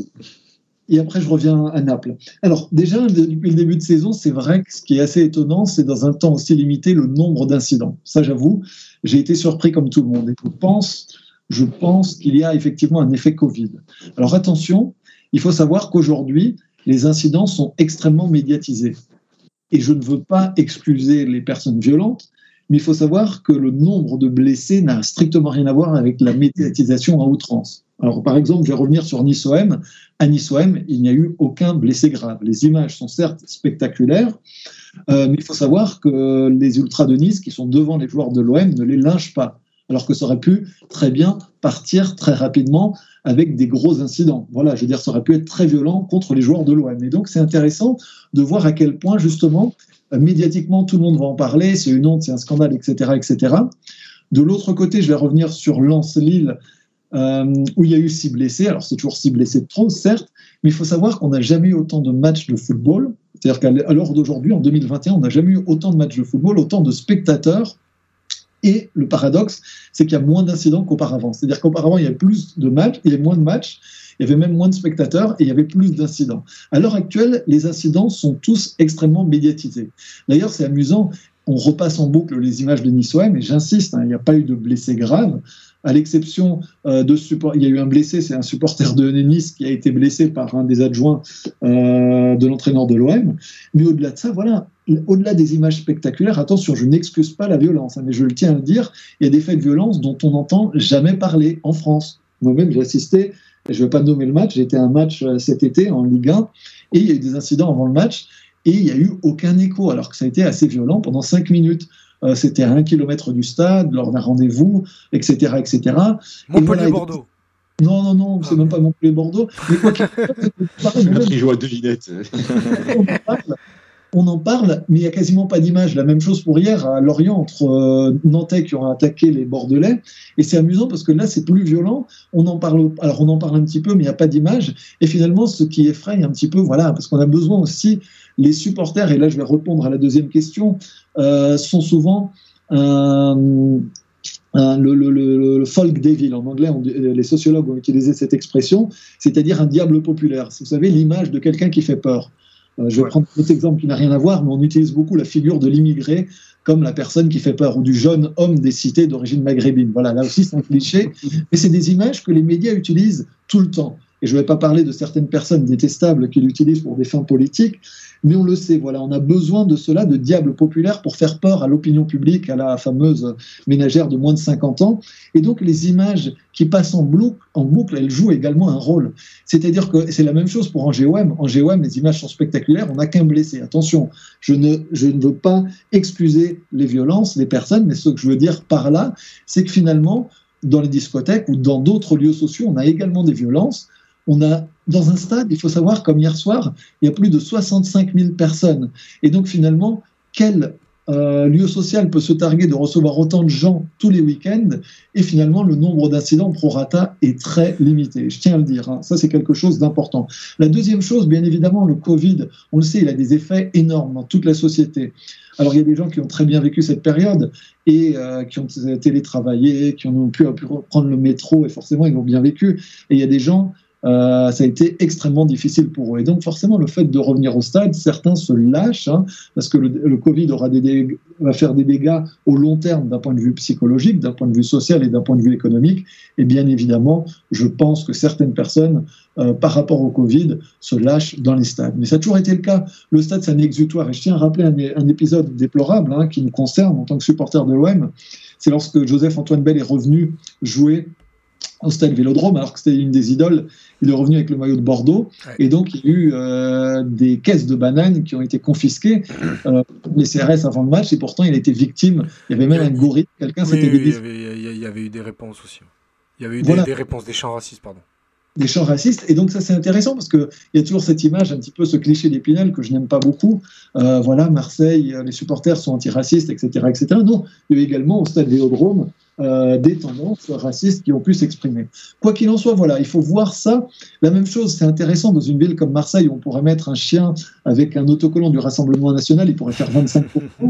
Et après, je reviens à Naples. Alors, déjà, depuis le début de saison, c'est vrai que ce qui est assez étonnant, c'est dans un temps aussi limité, le nombre d'incidents. Ça, j'avoue, j'ai été surpris comme tout le monde. Et je pense qu'il y a effectivement un effet Covid. Alors, attention, il faut savoir qu'aujourd'hui, les incidents sont extrêmement médiatisés. Et je ne veux pas excuser les personnes violentes, mais il faut savoir que le nombre de blessés n'a strictement rien à voir avec la médiatisation à outrance. Alors, par exemple, je vais revenir sur Nice-OM. À Nice-OM, il n'y a eu aucun blessé grave. Les images sont certes spectaculaires, mais il faut savoir que les ultras de Nice, qui sont devant les joueurs de l'OM, ne les lynchent pas, alors que ça aurait pu très bien partir très rapidement avec des gros incidents. Voilà, je veux dire, ça aurait pu être très violent contre les joueurs de l'OM. Et donc, c'est intéressant de voir à quel point, justement, médiatiquement, tout le monde va en parler, c'est une honte, c'est un scandale, etc., etc. De l'autre côté, je vais revenir sur Lens-Lille, où il y a eu 6 blessés. Alors, c'est toujours 6 blessés de trop, certes, mais il faut savoir qu'on n'a jamais eu autant de matchs de football. C'est-à-dire qu'à l'heure d'aujourd'hui, en 2021, on n'a jamais eu autant de matchs de football, autant de spectateurs. Et le paradoxe, c'est qu'il y a moins d'incidents qu'auparavant. C'est-à-dire qu'auparavant, il y avait plus de matchs, il y avait moins de matchs, il y avait même moins de spectateurs et il y avait plus d'incidents. À l'heure actuelle, les incidents sont tous extrêmement médiatisés. D'ailleurs, c'est amusant, on repasse en boucle les images de Nice-OM, et j'insiste, il n'y a pas eu de blessés graves, à l'exception de il y a eu un blessé, c'est un supporter de Nice qui a été blessé par un des adjoints de l'entraîneur de l'OM. Mais au-delà de ça, voilà, au-delà des images spectaculaires, attention, je n'excuse pas la violence, mais je le tiens à le dire, il y a des faits de violence dont on n'entend jamais parler en France. Moi-même, j'ai assisté, je ne vais pas nommer le match, j'ai été à un match cet été en Ligue 1, et il y a eu des incidents avant le match, et il n'y a eu aucun écho, alors que ça a été assez violent pendant 5 minutes. C'était à 1 kilomètre du stade, lors d'un rendez-vous, etc. etc. Montpellier-Bordeaux. Non, c'est même pas Montpellier-Bordeaux. Mais quoi qu'il il joue à devinette. On en parle, mais il n'y a quasiment pas d'image. La même chose pour hier à Lorient, entre Nantais qui ont attaqué les Bordelais. Et c'est amusant parce que là, c'est plus violent. On en parle un petit peu, mais il n'y a pas d'image. Et finalement, ce qui effraie un petit peu, voilà, parce qu'on a besoin aussi, les supporters, et là, je vais répondre à la deuxième question, sont souvent le folk devil, en anglais, les sociologues ont utilisé cette expression, c'est-à-dire un diable populaire. Vous savez, l'image de quelqu'un qui fait peur. Je vais prendre un autre exemple qui n'a rien à voir, mais on utilise beaucoup la figure de l'immigré comme la personne qui fait peur, ou du jeune homme des cités d'origine maghrébine. Voilà, là aussi c'est un cliché, mais c'est des images que les médias utilisent tout le temps. Et je ne vais pas parler de certaines personnes détestables qui l'utilisent pour des fins politiques, mais on le sait, voilà, on a besoin de cela, de diable populaire, pour faire peur à l'opinion publique, à la fameuse ménagère de moins de 50 ans. Et donc les images qui passent en boucle, elles jouent également un rôle. C'est-à-dire que c'est la même chose pour Angers-OM. Angers-OM, les images sont spectaculaires, on n'a qu'un blessé. Attention, je ne veux pas excuser les violences, les personnes, mais ce que je veux dire par là, c'est que finalement, dans les discothèques ou dans d'autres lieux sociaux, on a également des violences. On a, dans un stade, il faut savoir, comme hier soir, il y a plus de 65 000 personnes. Et donc, finalement, quel lieu social peut se targuer de recevoir autant de gens tous les week-ends? Et finalement, le nombre d'incidents prorata est très limité. Je tiens à le dire, hein. Ça, c'est quelque chose d'important. La deuxième chose, bien évidemment, le Covid, on le sait, il a des effets énormes dans toute la société. Alors, il y a des gens qui ont très bien vécu cette période et qui ont télétravaillé, qui ont pu prendre le métro, et forcément, ils l'ont bien vécu. Et il y a des gens... ça a été extrêmement difficile pour eux. Et donc, forcément, le fait de revenir au stade, certains se lâchent, hein, parce que le Covid va faire des dégâts au long terme d'un point de vue psychologique, d'un point de vue social et d'un point de vue économique. Et bien évidemment, je pense que certaines personnes, par rapport au Covid, se lâchent dans les stades. Mais ça a toujours été le cas. Le stade, c'est un exutoire. Et je tiens à rappeler un épisode déplorable, hein, qui nous concerne en tant que supporter de l'OM. C'est lorsque Joseph-Antoine Bell est revenu jouer au stade Vélodrome, alors que c'était une des idoles. Il est revenu avec le maillot de Bordeaux, et donc il y a eu des caisses de bananes qui ont été confisquées, les CRS avant le match, et pourtant il a été victime. Il y avait même un gorille, quelqu'un s'était déguisé. Il y avait eu des réponses aussi. Il y avait eu des réponses, des chants racistes, pardon. Des chants racistes, et donc ça c'est intéressant parce qu'il y a toujours cette image, un petit peu ce cliché d'Épinal que je n'aime pas beaucoup. Voilà, Marseille, les supporters sont antiracistes, etc., etc. Non, il y a eu également au stade Vélodrome des tendances racistes qui ont pu s'exprimer. Quoi qu'il en soit, voilà, il faut voir ça. La même chose, c'est intéressant dans une ville comme Marseille où on pourrait mettre un chien avec un autocollant du Rassemblement national, il pourrait faire 25%.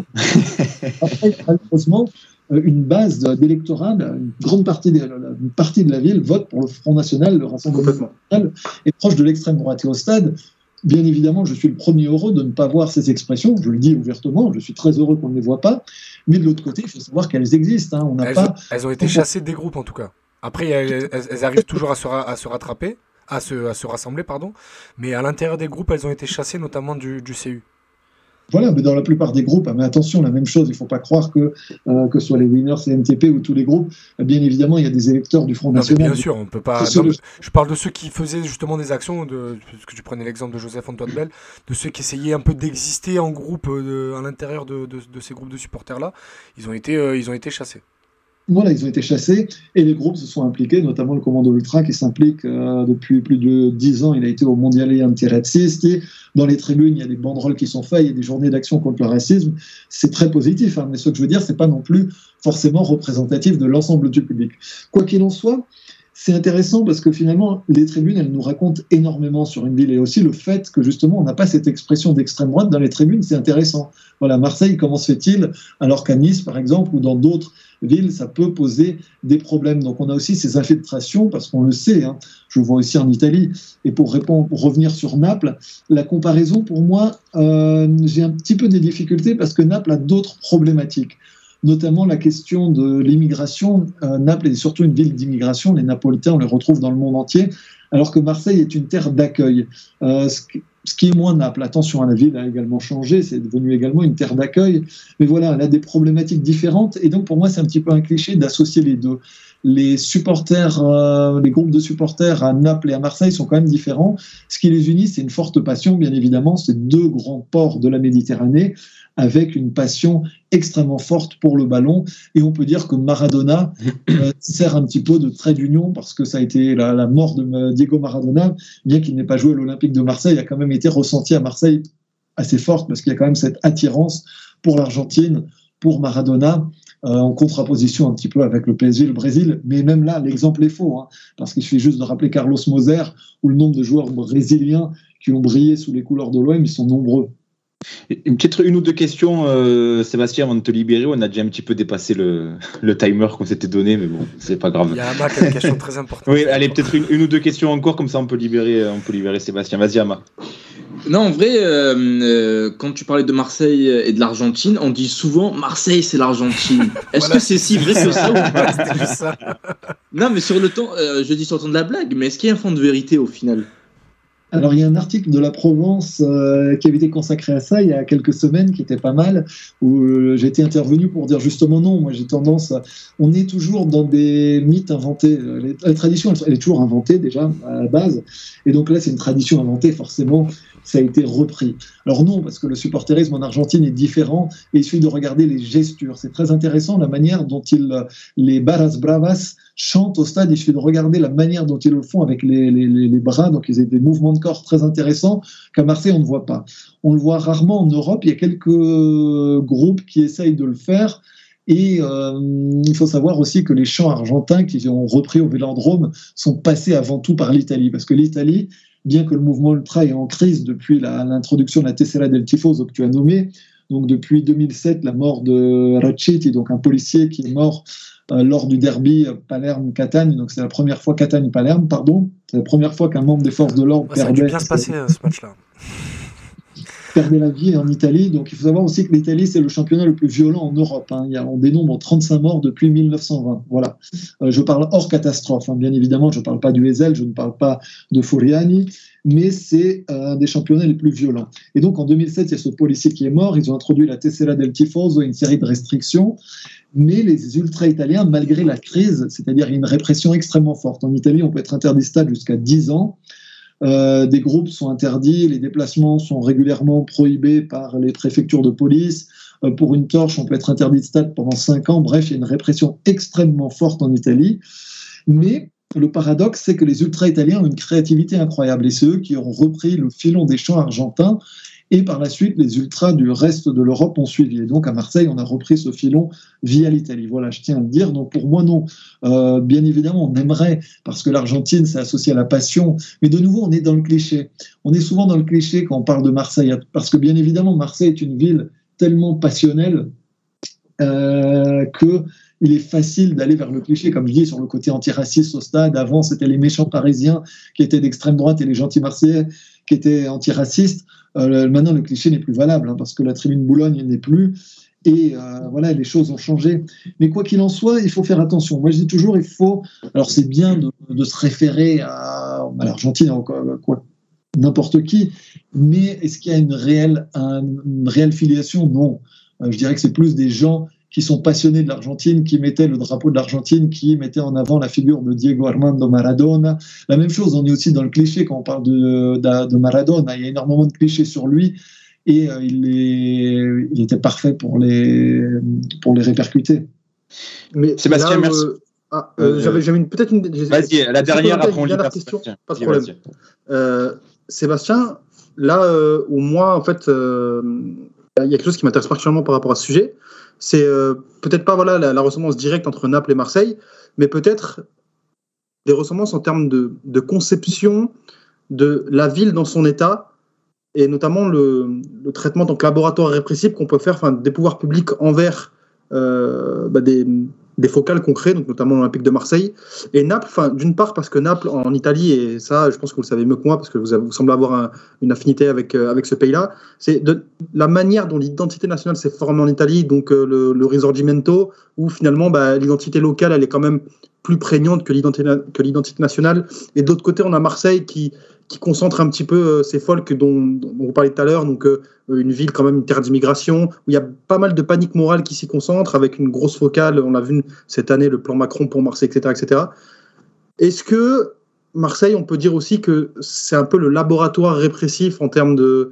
Après, malheureusement, une base d'électorat, une grande partie de la ville vote pour le Front National, le Rassemblement national, est proche de l'extrême droite. Et au stade, bien évidemment, je suis le premier heureux de ne pas voir ces expressions, je le dis ouvertement, je suis très heureux qu'on ne les voit pas, mais de l'autre côté, il faut savoir qu'elles existent. Hein. Elles ont été chassées des groupes, en tout cas. Après, elles arrivent toujours à se rattraper, à se rassembler, pardon, mais à l'intérieur des groupes, elles ont été chassées, notamment du CU. Voilà, mais dans la plupart des groupes, mais attention, la même chose, il ne faut pas croire que ce soit les Winners, les MTP ou tous les groupes, bien évidemment, il y a des électeurs du Front National. Bien sûr, on peut pas. Non, je parle de ceux qui faisaient justement des actions, parce que tu prenais l'exemple de Joseph-Antoine Bell, de ceux qui essayaient un peu d'exister en groupe à l'intérieur de ces groupes de supporters-là. Ils ont été chassés. Voilà, ils ont été chassés et les groupes se sont impliqués, notamment le Commando Ultra qui s'implique depuis plus de 10 ans. Il a été au Mondiale Antiraciste. Dans les tribunes, il y a des banderoles qui sont faites, il y a des journées d'action contre le racisme. C'est très positif, hein, mais ce que je veux dire, c'est pas non plus forcément représentatif de l'ensemble du public. Quoi qu'il en soit, c'est intéressant parce que finalement, les tribunes, elles nous racontent énormément sur une ville et aussi le fait que justement, on n'a pas cette expression d'extrême droite dans les tribunes, c'est intéressant. Voilà, Marseille, comment se fait-il alors qu'à Nice, par exemple, ou dans d'autres villes, ça peut poser des problèmes. Donc on a aussi ces infiltrations, parce qu'on le sait, hein, je le vois aussi en Italie. Et pour revenir sur Naples, la comparaison, pour moi, j'ai un petit peu des difficultés parce que Naples a d'autres problématiques, notamment la question de l'immigration. Naples est surtout une ville d'immigration, les Napolitains, on les retrouve dans le monde entier, alors que Marseille est une terre d'accueil. Ce qui est moins Naples. Attention, la ville a également changé, c'est devenu également une terre d'accueil. Mais voilà, elle a des problématiques différentes. Et donc, pour moi, c'est un petit peu un cliché d'associer les deux. les supporters, les groupes de supporters à Naples et à Marseille sont quand même différents. Ce qui les unit, c'est une forte passion, bien évidemment, c'est deux grands ports de la Méditerranée, avec une passion extrêmement forte pour le ballon. Et on peut dire que Maradona sert un petit peu de trait d'union, parce que ça a été la mort de Diego Maradona, bien qu'il n'ait pas joué à l'Olympique de Marseille, a quand même été ressenti à Marseille assez forte, parce qu'il y a quand même cette attirance pour l'Argentine, pour Maradona, en contraposition un petit peu avec le PSG et le Brésil. Mais même là, l'exemple est faux, parce qu'il suffit juste de rappeler Carlos Moser, ou le nombre de joueurs brésiliens qui ont brillé sous les couleurs de l'OM, ils sont nombreux. Peut-être une ou deux questions, Sébastien, avant de te libérer. On a déjà un petit peu dépassé le timer qu'on s'était donné, mais bon, c'est pas grave. Il y a Ama qui a une question très importante. Oui, allez, peut-être une ou deux questions encore, comme ça on peut libérer Sébastien. Vas-y, Ama. Non, en vrai, quand tu parlais de Marseille et de l'Argentine, on dit souvent Marseille, c'est l'Argentine. Est-ce que c'est si vrai que ça ou pas? C'était juste ça. Non, mais sur le temps, je dis sur le ton de la blague, mais est-ce qu'il y a un fond de vérité au final? Alors, il y a un article de La Provence qui avait été consacré à ça il y a quelques semaines, qui était pas mal, où j'ai été intervenu pour dire justement non. Moi, j'ai tendance on est toujours dans des mythes inventés. La tradition, elle est toujours inventée déjà à la base. Et donc là, c'est une tradition inventée, forcément, ça a été repris. Alors non, parce que le supporterisme en Argentine est différent, et il suffit de regarder les gestures. C'est très intéressant la manière dont les Barras Bravas chantent au stade. Il suffit de regarder la manière dont ils le font avec les bras. Donc ils ont des mouvements de corps très intéressants qu'à Marseille on ne voit pas. On le voit rarement en Europe. Il y a quelques groupes qui essayent de le faire. Et il faut savoir aussi que les chants argentins qu'ils ont repris au Vélodrome sont passés avant tout par l'Italie, parce que l'Italie, bien que le mouvement ultra est en crise depuis l'introduction de la Tessera del Tifoso que tu as nommée, donc depuis 2007, la mort de Racchetti, donc un policier qui est mort lors du derby Palerme-Catane, donc c'est la première fois Catane-Palerme, pardon, c'est la première fois qu'un membre des forces de l'ordre Ça a dû bien se passer ce match-là. Perdait la vie en Italie. Donc il faut savoir aussi que l'Italie, c'est le championnat le plus violent en Europe. On dénombre 35 morts depuis 1920. Voilà. Je parle hors catastrophe. Bien évidemment, je ne parle pas du Ezel, je ne parle pas de Furiani, mais c'est un des championnats les plus violents. Et donc en 2007, il y a ce policier qui est mort. Ils ont introduit la Tessera del Tifoso et une série de restrictions. Mais les ultra-italiens, malgré la crise, c'est-à-dire une répression extrêmement forte. En Italie, on peut être interdit de stade jusqu'à 10 ans. Des groupes sont interdits, les déplacements sont régulièrement prohibés par les préfectures de police. Pour une torche, on peut être interdit de stade pendant 5 ans. Bref, il y a une répression extrêmement forte en Italie. Mais le paradoxe, c'est que les ultra-italiens ont une créativité incroyable. Et c'est eux qui ont repris le filon des chants argentins. Et par la suite, les ultras du reste de l'Europe ont suivi. Et donc, à Marseille, on a repris ce filon via l'Italie. Voilà, je tiens à le dire. Donc, pour moi, non. Bien évidemment, on aimerait, parce que l'Argentine, c'est associé à la passion. Mais de nouveau, on est dans le cliché. On est souvent dans le cliché quand on parle de Marseille. Parce que, bien évidemment, Marseille est une ville tellement passionnelle qu'il est facile d'aller vers le cliché, comme je dis, sur le côté antiraciste au stade. Avant, c'était les méchants parisiens qui étaient d'extrême droite et les gentils marseillais qui étaient antiracistes. Maintenant, le cliché n'est plus valable, parce que la tribune Boulogne n'est plus. Et voilà, les choses ont changé. Mais quoi qu'il en soit, il faut faire attention. Moi, je dis toujours, alors c'est bien de se référer à l'Argentine, quoi, n'importe qui, mais est-ce qu'il y a une réelle filiation? Non. Je dirais que c'est plus des gens qui sont passionnés de l'Argentine, qui mettaient le drapeau de l'Argentine, qui mettaient en avant la figure de Diego Armando Maradona. La même chose, on est aussi dans le cliché quand on parle de Maradona. Il y a énormément de clichés sur lui et il était parfait pour les répercuter. Mais Sébastien, là, merci. J'avais peut-être une. Vas-y, la dernière, après on lit la question. Pas de problème. Sébastien, là où moi, en fait, il y a quelque chose qui m'intéresse particulièrement par rapport à ce sujet. C'est peut-être pas la ressemblance directe entre Naples et Marseille, mais peut-être des ressemblances en termes de conception de la ville dans son état, et notamment le traitement, donc laboratoire répressif qu'on peut faire, des pouvoirs publics envers des focales concrets, donc notamment l'Olympique de Marseille. Et Naples, d'une part parce que Naples en Italie, et ça je pense que vous le savez mieux que moi parce que vous semblez avoir une affinité avec ce pays-là, c'est de la manière dont l'identité nationale s'est formée en Italie, donc le risorgimento, où finalement l'identité locale elle est quand même plus prégnante que l'identité nationale. Et d'autre côté, on a Marseille qui qui concentre un petit peu ces folks dont vous parliez tout à l'heure, donc une ville quand même, une terre d'immigration, où il y a pas mal de panique morale qui s'y concentre, avec une grosse focale, on l'a vu cette année, le plan Macron pour Marseille, etc. etc. Est-ce que Marseille, on peut dire aussi que c'est un peu le laboratoire répressif en termes de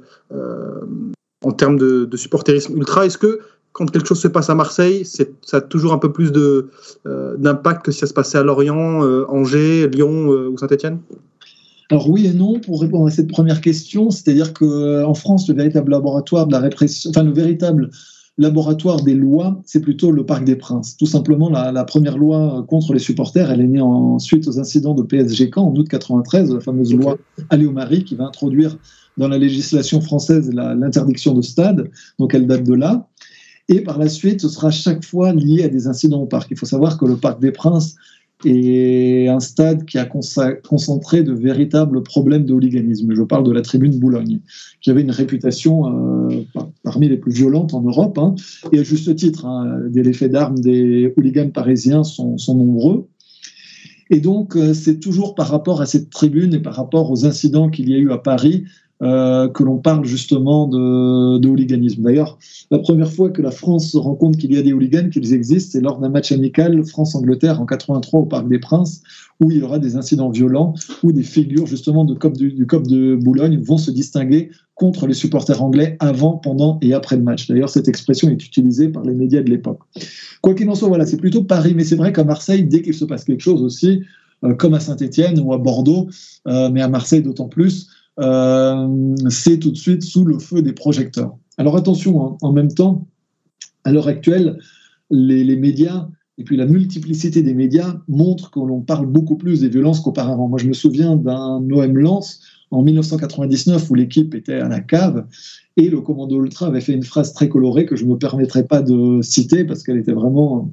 supporterisme ultra? Est-ce que quand quelque chose se passe à Marseille, ça a toujours un peu plus d'impact que si ça se passait à Lorient, Angers, Lyon ou Saint-Etienne? Alors oui et non, pour répondre à cette première question, c'est-à-dire qu'en France, le véritable laboratoire de la répression, enfin le véritable laboratoire des lois, c'est plutôt le Parc des Princes. Tout simplement, la première loi contre les supporters, elle est née suite aux incidents de PSG Caen en août 93, la fameuse loi Aléomari qui va introduire dans la législation française l'interdiction de stade, donc elle date de là. Et par la suite, ce sera chaque fois lié à des incidents au parc. Il faut savoir que le Parc des Princes est un stade qui a concentré de véritables problèmes de hooliganisme. Je parle de la tribune Boulogne, qui avait une réputation parmi les plus violentes en Europe, hein, et à juste titre. Les faits d'armes des hooligans parisiens sont nombreux. Et donc, c'est toujours par rapport à cette tribune et par rapport aux incidents qu'il y a eu à Paris que l'on parle justement de hooliganisme. D'ailleurs, la première fois que la France se rend compte qu'il y a des hooligans, qu'ils existent, c'est lors d'un match amical France-Angleterre en 83 au Parc des Princes, où il y aura des incidents violents, où des figures justement du COP de Boulogne vont se distinguer contre les supporters anglais avant, pendant et après le match. D'ailleurs, cette expression est utilisée par les médias de l'époque. Quoi qu'il en soit, voilà, c'est plutôt Paris, mais c'est vrai qu'à Marseille, dès qu'il se passe quelque chose aussi, comme à Saint-Etienne ou à Bordeaux, mais à Marseille d'autant plus, c'est tout de suite sous le feu des projecteurs. Alors attention, hein, en même temps, à l'heure actuelle, les médias et puis la multiplicité des médias montrent que l'on parle beaucoup plus des violences qu'auparavant. Moi, je me souviens d'un OM Lens en 1999 où l'équipe était à la cave et le commando ultra avait fait une phrase très colorée que je ne me permettrai pas de citer parce qu'elle était vraiment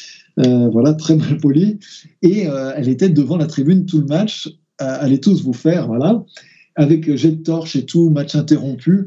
très mal polie, et elle était devant la tribune tout le match, allez tous vous faire, voilà, avec jet de torche et tout, match interrompu.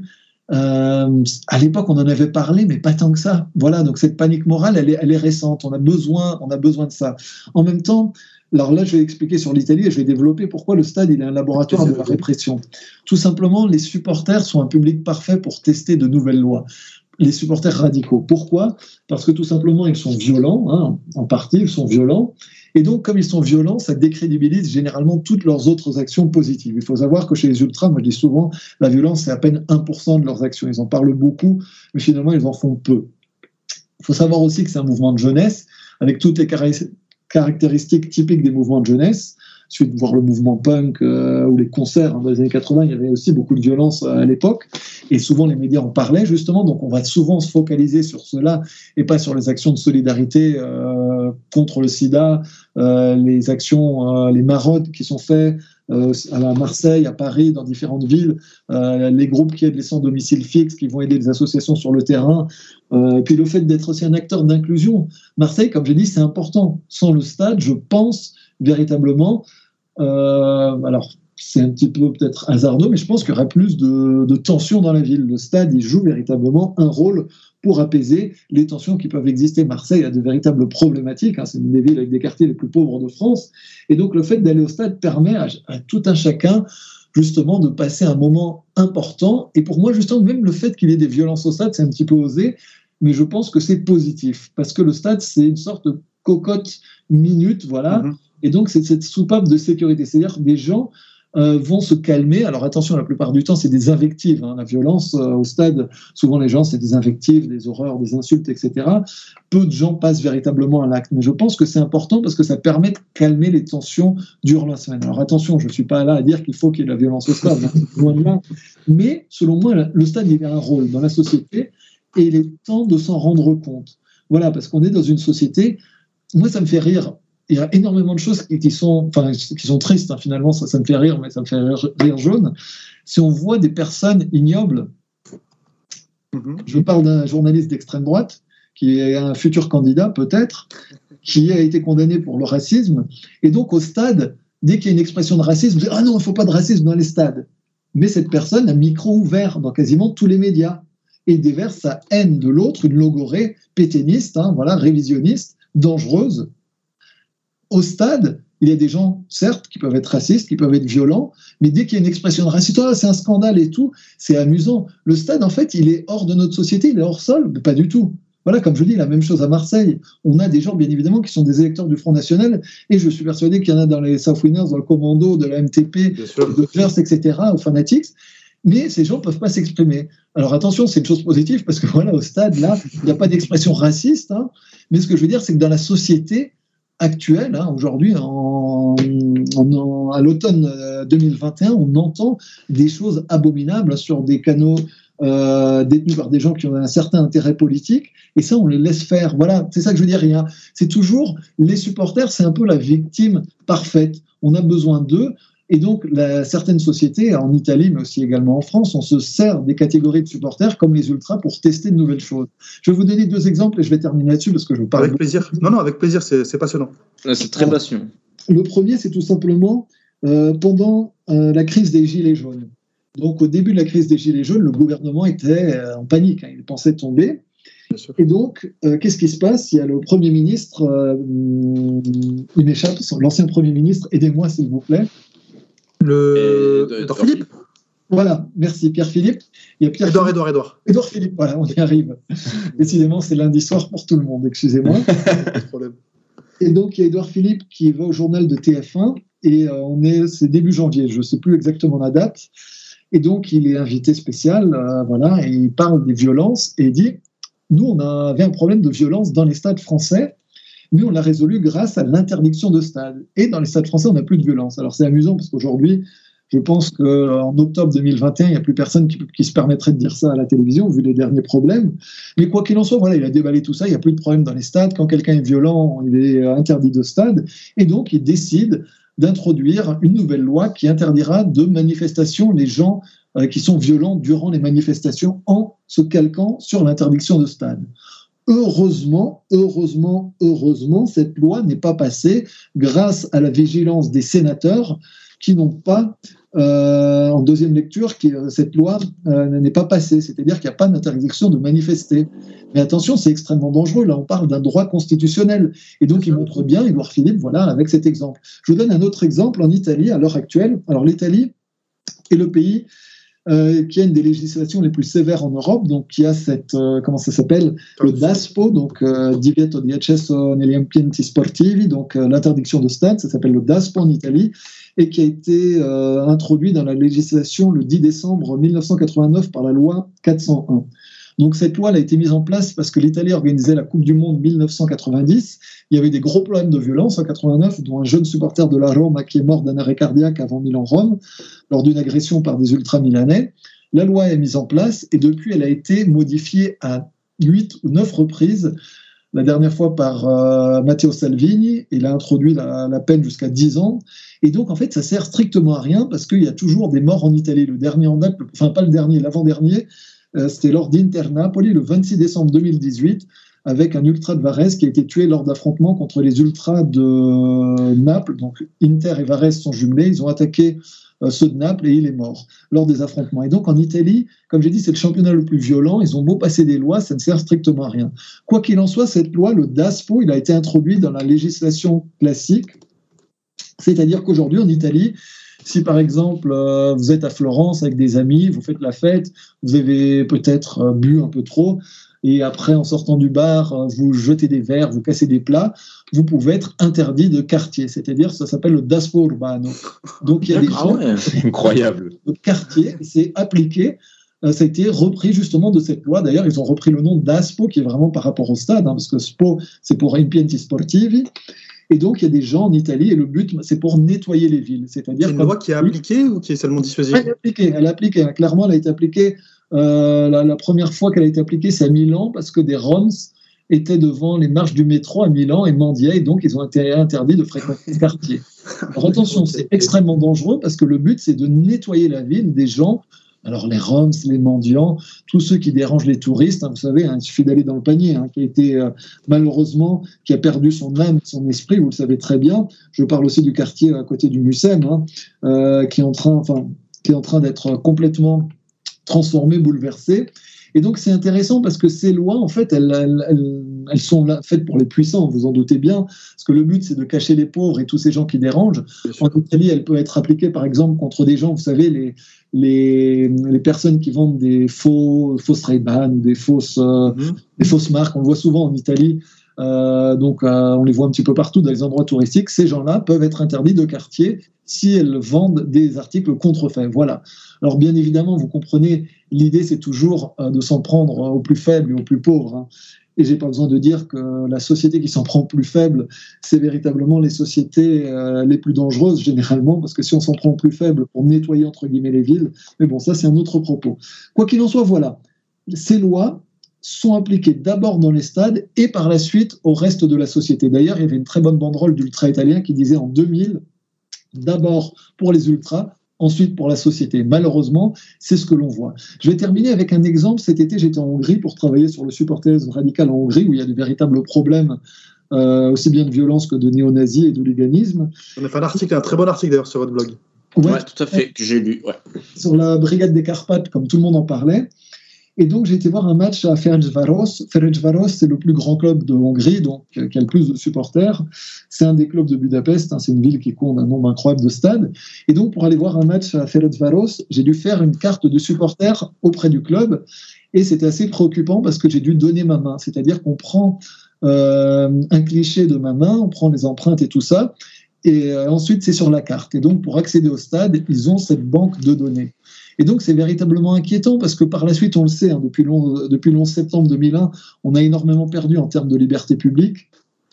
À l'époque, on en avait parlé, mais pas tant que ça. Voilà, donc cette panique morale, elle est récente. On a besoin de ça. En même temps, alors là, je vais expliquer sur l'Italie et je vais développer pourquoi le stade il est un laboratoire de la répression. Tout simplement, les supporters sont un public parfait pour tester de nouvelles lois. Les supporters radicaux. Pourquoi ? Parce que tout simplement, ils sont violents, hein, en partie, ils sont violents. Et donc, comme ils sont violents, ça décrédibilise généralement toutes leurs autres actions positives. Il faut savoir que chez les ultras, moi je dis souvent, la violence, c'est à peine 1% de leurs actions. Ils en parlent beaucoup, mais finalement, ils en font peu. Il faut savoir aussi que c'est un mouvement de jeunesse, avec toutes les caractéristiques typiques des mouvements de jeunesse. Suite de voir le mouvement punk ou les concerts dans les années 80, il y avait aussi beaucoup de violence à l'époque, et souvent les médias en parlaient justement, donc on va souvent se focaliser sur cela et pas sur les actions de solidarité contre le sida, les actions, les maraudes qui sont faites à Marseille, à Paris, dans différentes villes, les groupes qui aident les sans domicile fixe, qui vont aider les associations sur le terrain, puis le fait d'être aussi un acteur d'inclusion. Marseille, comme j'ai dit, c'est important. Sans le stade, je pense véritablement, alors c'est un petit peu peut-être hasardeux, mais je pense qu'il y aurait plus de tensions dans la ville. Le stade, il joue véritablement un rôle pour apaiser les tensions qui peuvent exister. Marseille a de véritables problématiques, hein, c'est une des villes avec des quartiers les plus pauvres de France, et donc le fait d'aller au stade permet à tout un chacun justement de passer un moment important, et pour moi justement même le fait qu'il y ait des violences au stade, c'est un petit peu osé, mais je pense que c'est positif, parce que le stade c'est une sorte de cocotte minute, voilà, et donc c'est cette soupape de sécurité, c'est-à-dire que des gens vont se calmer. Alors attention, la plupart du temps, c'est des invectives. Hein. La violence au stade, souvent les gens, c'est des invectives, des horreurs, des insultes, etc. Peu de gens passent véritablement à l'acte. Mais je pense que c'est important parce que ça permet de calmer les tensions durant la semaine. Alors attention, je ne suis pas là à dire qu'il faut qu'il y ait de la violence au stade, hein, loin de là. Mais selon moi, le stade, il a un rôle dans la société et il est temps de s'en rendre compte. Voilà, parce qu'on est dans une société, moi ça me fait rire. Il y a énormément de choses qui sont tristes, hein, finalement, ça me fait rire, mais ça me fait rire jaune. Si on voit des personnes ignobles, je parle d'un journaliste d'extrême droite, qui est un futur candidat, peut-être, qui a été condamné pour le racisme, et donc au stade, dès qu'il y a une expression de racisme, on dit « Ah non, il ne faut pas de racisme dans les stades ». Mais cette personne a micro ouvert dans quasiment tous les médias, et déverse sa haine de l'autre, une logorée pétainiste, hein, voilà, révisionniste, dangereuse. Au stade, Il y a des gens, certes, qui peuvent être racistes, qui peuvent être violents, mais dès qu'il y a une expression de racisme, c'est un scandale et tout, c'est amusant. Le stade, en fait, il est hors de notre société, il est hors sol, mais pas du tout. Voilà, comme je dis, la même chose à Marseille. On a des gens, bien évidemment, qui sont des électeurs du Front National, et je suis persuadé qu'il y en a dans les South Winners, dans le Commando, de la MTP, de Fleurs, etc., aux Fanatics, mais ces gens ne peuvent pas s'exprimer. Alors attention, c'est une chose positive, parce que voilà, au stade, là, il n'y a pas d'expression raciste, hein, mais ce que je veux dire, c'est que dans la société actuelle, hein, aujourd'hui, à l'automne 2021, on entend des choses abominables sur des canaux détenus par des gens qui ont un certain intérêt politique, et ça, on les laisse faire. Voilà, c'est ça que je veux dire. C'est toujours, les supporters, c'est un peu la victime parfaite. On a besoin d'eux. Et donc, certaines sociétés, en Italie, mais aussi également en France, on se sert des catégories de supporters comme les ultras pour tester de nouvelles choses. Je vais vous donner 2 exemples et je vais terminer là-dessus parce que je vous parle. Avec plaisir. Non, avec plaisir, c'est passionnant. C'est très passionnant. Le premier, c'est tout simplement pendant la crise des Gilets jaunes. Donc, au début de la crise des Gilets jaunes, le gouvernement était en panique. Il pensait tomber. Et donc, qu'est-ce qui se passe? Il y a le Premier ministre, il m'échappe, l'ancien Premier ministre, aidez-moi s'il vous plaît. Édouard Philippe. Voilà, merci Pierre Philippe. Il y a Pierre Édouard Philippe, voilà, on y arrive. Décidément, c'est lundi soir pour tout le monde, excusez-moi. Pas de problème. Et donc, il y a Édouard Philippe qui va au journal de TF1, et c'est début janvier, je ne sais plus exactement la date. Et donc, il est invité spécial, voilà, et il parle des violences, et il dit, nous, on avait un problème de violence dans les stades français, mais on l'a résolu grâce à l'interdiction de stades. Et dans les stades français, on n'a plus de violence. Alors c'est amusant parce qu'aujourd'hui, je pense qu'en octobre 2021, il n'y a plus personne qui se permettrait de dire ça à la télévision, vu les derniers problèmes. Mais quoi qu'il en soit, voilà, il a déballé tout ça, il n'y a plus de problème dans les stades. Quand quelqu'un est violent, il est interdit de stade. Et donc, il décide d'introduire une nouvelle loi qui interdira de manifestations les gens qui sont violents durant les manifestations en se calquant sur l'interdiction de stade. Heureusement, cette loi n'est pas passée grâce à la vigilance des sénateurs qui n'ont pas, en deuxième lecture, cette loi n'est pas passée. C'est-à-dire qu'il n'y a pas d'interdiction de manifester. Mais attention, c'est extrêmement dangereux. Là, on parle d'un droit constitutionnel. Et donc, il montre bien, Édouard Philippe, voilà, avec cet exemple. Je vous donne un autre exemple en Italie, à l'heure actuelle. Alors, l'Italie est le pays qui a une des législations les plus sévères en Europe, donc qui a cette, comment ça s'appelle, le DASPO, donc Divieto di accesso negli ambienti sportivi, donc l'interdiction de stade, ça s'appelle le DASPO en Italie, et qui a été introduit dans la législation le 10 décembre 1989 par la loi 401. Donc cette loi elle a été mise en place parce que l'Italie organisait la Coupe du Monde 1990. Il y avait des gros problèmes de violence en 89, dont un jeune supporter de la Roma qui est mort d'un arrêt cardiaque avant Milan-Rome, lors d'une agression par des ultra-milanais. La loi est mise en place et depuis elle a été modifiée à 8 ou 9 reprises. La dernière fois par Matteo Salvini, il a introduit la peine jusqu'à 10 ans. Et donc, en fait, ça sert strictement à rien parce qu'il y a toujours des morts en Italie. Le dernier en date, enfin pas le dernier, l'avant-dernier, c'était lors d'Inter Napoli, le 26 décembre 2018, avec un ultra de Varese qui a été tué lors d'affrontements contre les ultras de Naples. Donc, Inter et Varese sont jumelés, ils ont attaqué ceux de Naples et il est mort lors des affrontements. Et donc, en Italie, comme j'ai dit, c'est le championnat le plus violent, ils ont beau passer des lois, ça ne sert strictement à rien. Quoi qu'il en soit, cette loi, le DASPO, il a été introduit dans la législation classique, c'est-à-dire qu'aujourd'hui, en Italie, si par exemple vous êtes à Florence avec des amis, vous faites la fête, vous avez peut-être bu un peu trop, et après en sortant du bar, vous jetez des verres, vous cassez des plats, vous pouvez être interdit de quartier, c'est-à-dire ça s'appelle le DASPO urbano. Donc il y a des gens incroyable. De quartier, c'est appliqué. Ça a été repris justement de cette loi. D'ailleurs, ils ont repris le nom d'ASPO, qui est vraiment par rapport au stade, parce que SPO, c'est pour Impianti Sportivi. Et donc, il y a des gens en Italie, et le but, c'est pour nettoyer les villes. C'est-à-dire une loi qui est appliquée ou qui est seulement dissuasive? Elle est appliquée. Clairement, elle a été appliquée. La première fois qu'elle a été appliquée, c'est à Milan, parce que des Roms étaient devant les marches du métro à Milan et mendiaient, et donc ils ont été interdits de fréquenter ce quartier. Alors attention, c'est extrêmement dangereux, parce que le but, c'est de nettoyer la ville des gens. Alors les Roms, les mendiants, tous ceux qui dérangent les touristes, vous savez, il suffit d'aller dans le panier, qui a été malheureusement, qui a perdu son âme, son esprit, vous le savez très bien. Je parle aussi du quartier à côté du Mucem, qui est en train d'être complètement transformé, bouleversé. Et donc c'est intéressant parce que ces lois, en fait, elles sont là, faites pour les puissants, vous en doutez bien, parce que le but c'est de cacher les pauvres et tous ces gens qui dérangent. En Italie, elle peut être appliquée par exemple contre des gens, vous savez, les personnes qui vendent des fausses Ray-Ban ou des fausses marques, on le voit souvent en Italie. On les voit un petit peu partout dans les endroits touristiques. Ces gens-là peuvent être interdits de quartier si elles vendent des articles contrefaits. Voilà. Alors bien évidemment, vous comprenez, l'idée c'est toujours de s'en prendre aux plus faibles et aux plus pauvres. Hein. Et j'ai pas besoin de dire que la société qui s'en prend aux plus faibles, c'est véritablement les sociétés les plus dangereuses généralement, parce que si on s'en prend aux plus faibles pour nettoyer entre guillemets les villes, mais bon, ça c'est un autre propos. Quoi qu'il en soit, voilà, ces lois sont appliquées d'abord dans les stades et par la suite au reste de la société. D'ailleurs, il y avait une très bonne banderole d'ultra italien qui disait en 2000, d'abord pour les ultras, ensuite pour la société. Malheureusement, c'est ce que l'on voit. Je vais terminer avec un exemple. Cet été, j'étais en Hongrie pour travailler sur le supporterisme radical en Hongrie, où il y a de véritables problèmes, aussi bien de violence que de néo-nazis et d'hooliganisme. On a fait un très bon article d'ailleurs sur votre blog. Ouais, tout à fait, que j'ai lu. Ouais. Sur la brigade des Carpates, comme tout le monde en parlait. Et donc, j'ai été voir un match à Ferencváros. Ferencváros, c'est le plus grand club de Hongrie, donc qui a le plus de supporters. C'est un des clubs de Budapest, hein, c'est une ville qui compte un nombre incroyable de stades. Et donc, pour aller voir un match à Ferencváros, j'ai dû faire une carte de supporter auprès du club. Et c'était assez préoccupant parce que j'ai dû donner ma main. C'est-à-dire qu'on prend un cliché de ma main, on prend les empreintes et tout ça. Et ensuite, c'est sur la carte. Et donc, pour accéder au stade, ils ont cette banque de données. Et donc, c'est véritablement inquiétant parce que par la suite, on le sait, hein, depuis le 11 septembre 2001, on a énormément perdu en termes de liberté publique.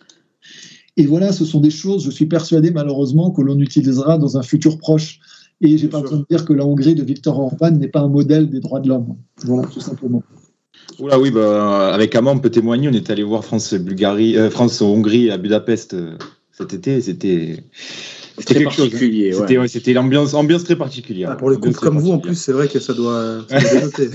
Et voilà, ce sont des choses, je suis persuadé malheureusement, que l'on utilisera dans un futur proche. Et je n'ai pas besoin de dire que la Hongrie de Viktor Orban n'est pas un modèle des droits de l'homme. Voilà, tout simplement. Oula, oui, avec Amand, on peut témoigner. On est allé voir France-Hongrie à Budapest cet été. C'était très particulier. Chose, c'était l'ambiance très particulière. Ah, pour les couples comme vous, en plus, c'est vrai que ça doit dénoter.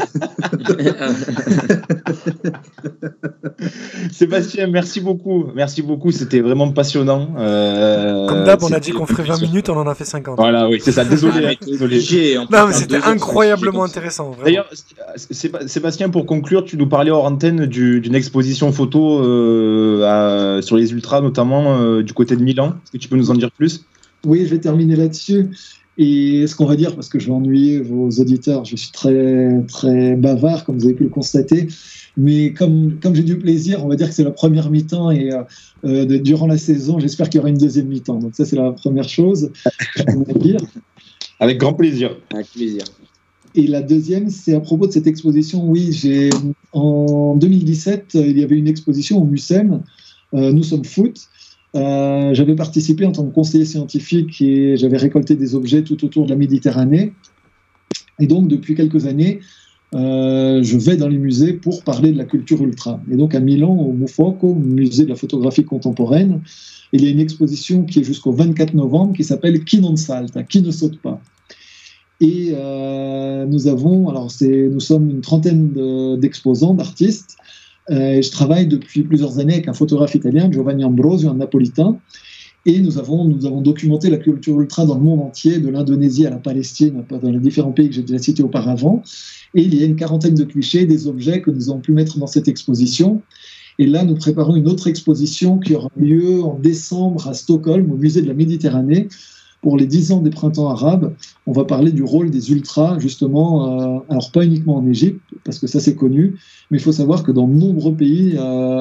Sébastien, merci beaucoup. Merci beaucoup. C'était vraiment passionnant. Comme d'hab, on a dit qu'on ferait 20 minutes, on en a fait 50. Voilà, oui, c'est ça. Désolé. Non, mais c'était incroyablement intéressant. Vraiment. D'ailleurs, Sébastien, pour conclure, tu nous parlais hors antenne d'une exposition photo sur les ultras, notamment du côté de Milan. Est-ce que tu peux nous en dire plus ? Oui, je vais terminer là-dessus. Et ce qu'on va dire, parce que je vais ennuyer vos auditeurs, je suis très, très bavard, comme vous avez pu le constater. Mais comme j'ai du plaisir, on va dire que c'est la première mi-temps et durant la saison, j'espère qu'il y aura une deuxième mi-temps. Donc ça, c'est la première chose que je voulais dire. Avec grand plaisir. Avec plaisir. Et la deuxième, c'est à propos de cette exposition. Oui, en 2017, il y avait une exposition au MUSEM, Nous sommes foot. J'avais participé en tant que conseiller scientifique et j'avais récolté des objets tout autour de la Méditerranée. Et donc, depuis quelques années, je vais dans les musées pour parler de la culture ultra. Et donc, à Milan, au Mufoco, musée de la photographie contemporaine, il y a une exposition qui est jusqu'au 24 novembre qui s'appelle Chi non salta, qui ne saute pas. Et nous sommes une trentaine d'exposants, d'artistes. Et je travaille depuis plusieurs années avec un photographe italien, Giovanni Ambrosio, un napolitain, et nous avons documenté la culture ultra dans le monde entier, de l'Indonésie à la Palestine, dans les différents pays que j'ai déjà cités auparavant. Et il y a une quarantaine de clichés, des objets que nous avons pu mettre dans cette exposition. Et là, nous préparons une autre exposition qui aura lieu en décembre à Stockholm, au musée de la Méditerranée, pour les 10 ans des printemps arabes. On va parler du rôle des ultras, justement, alors pas uniquement en Égypte, parce que ça c'est connu, mais il faut savoir que dans de nombreux pays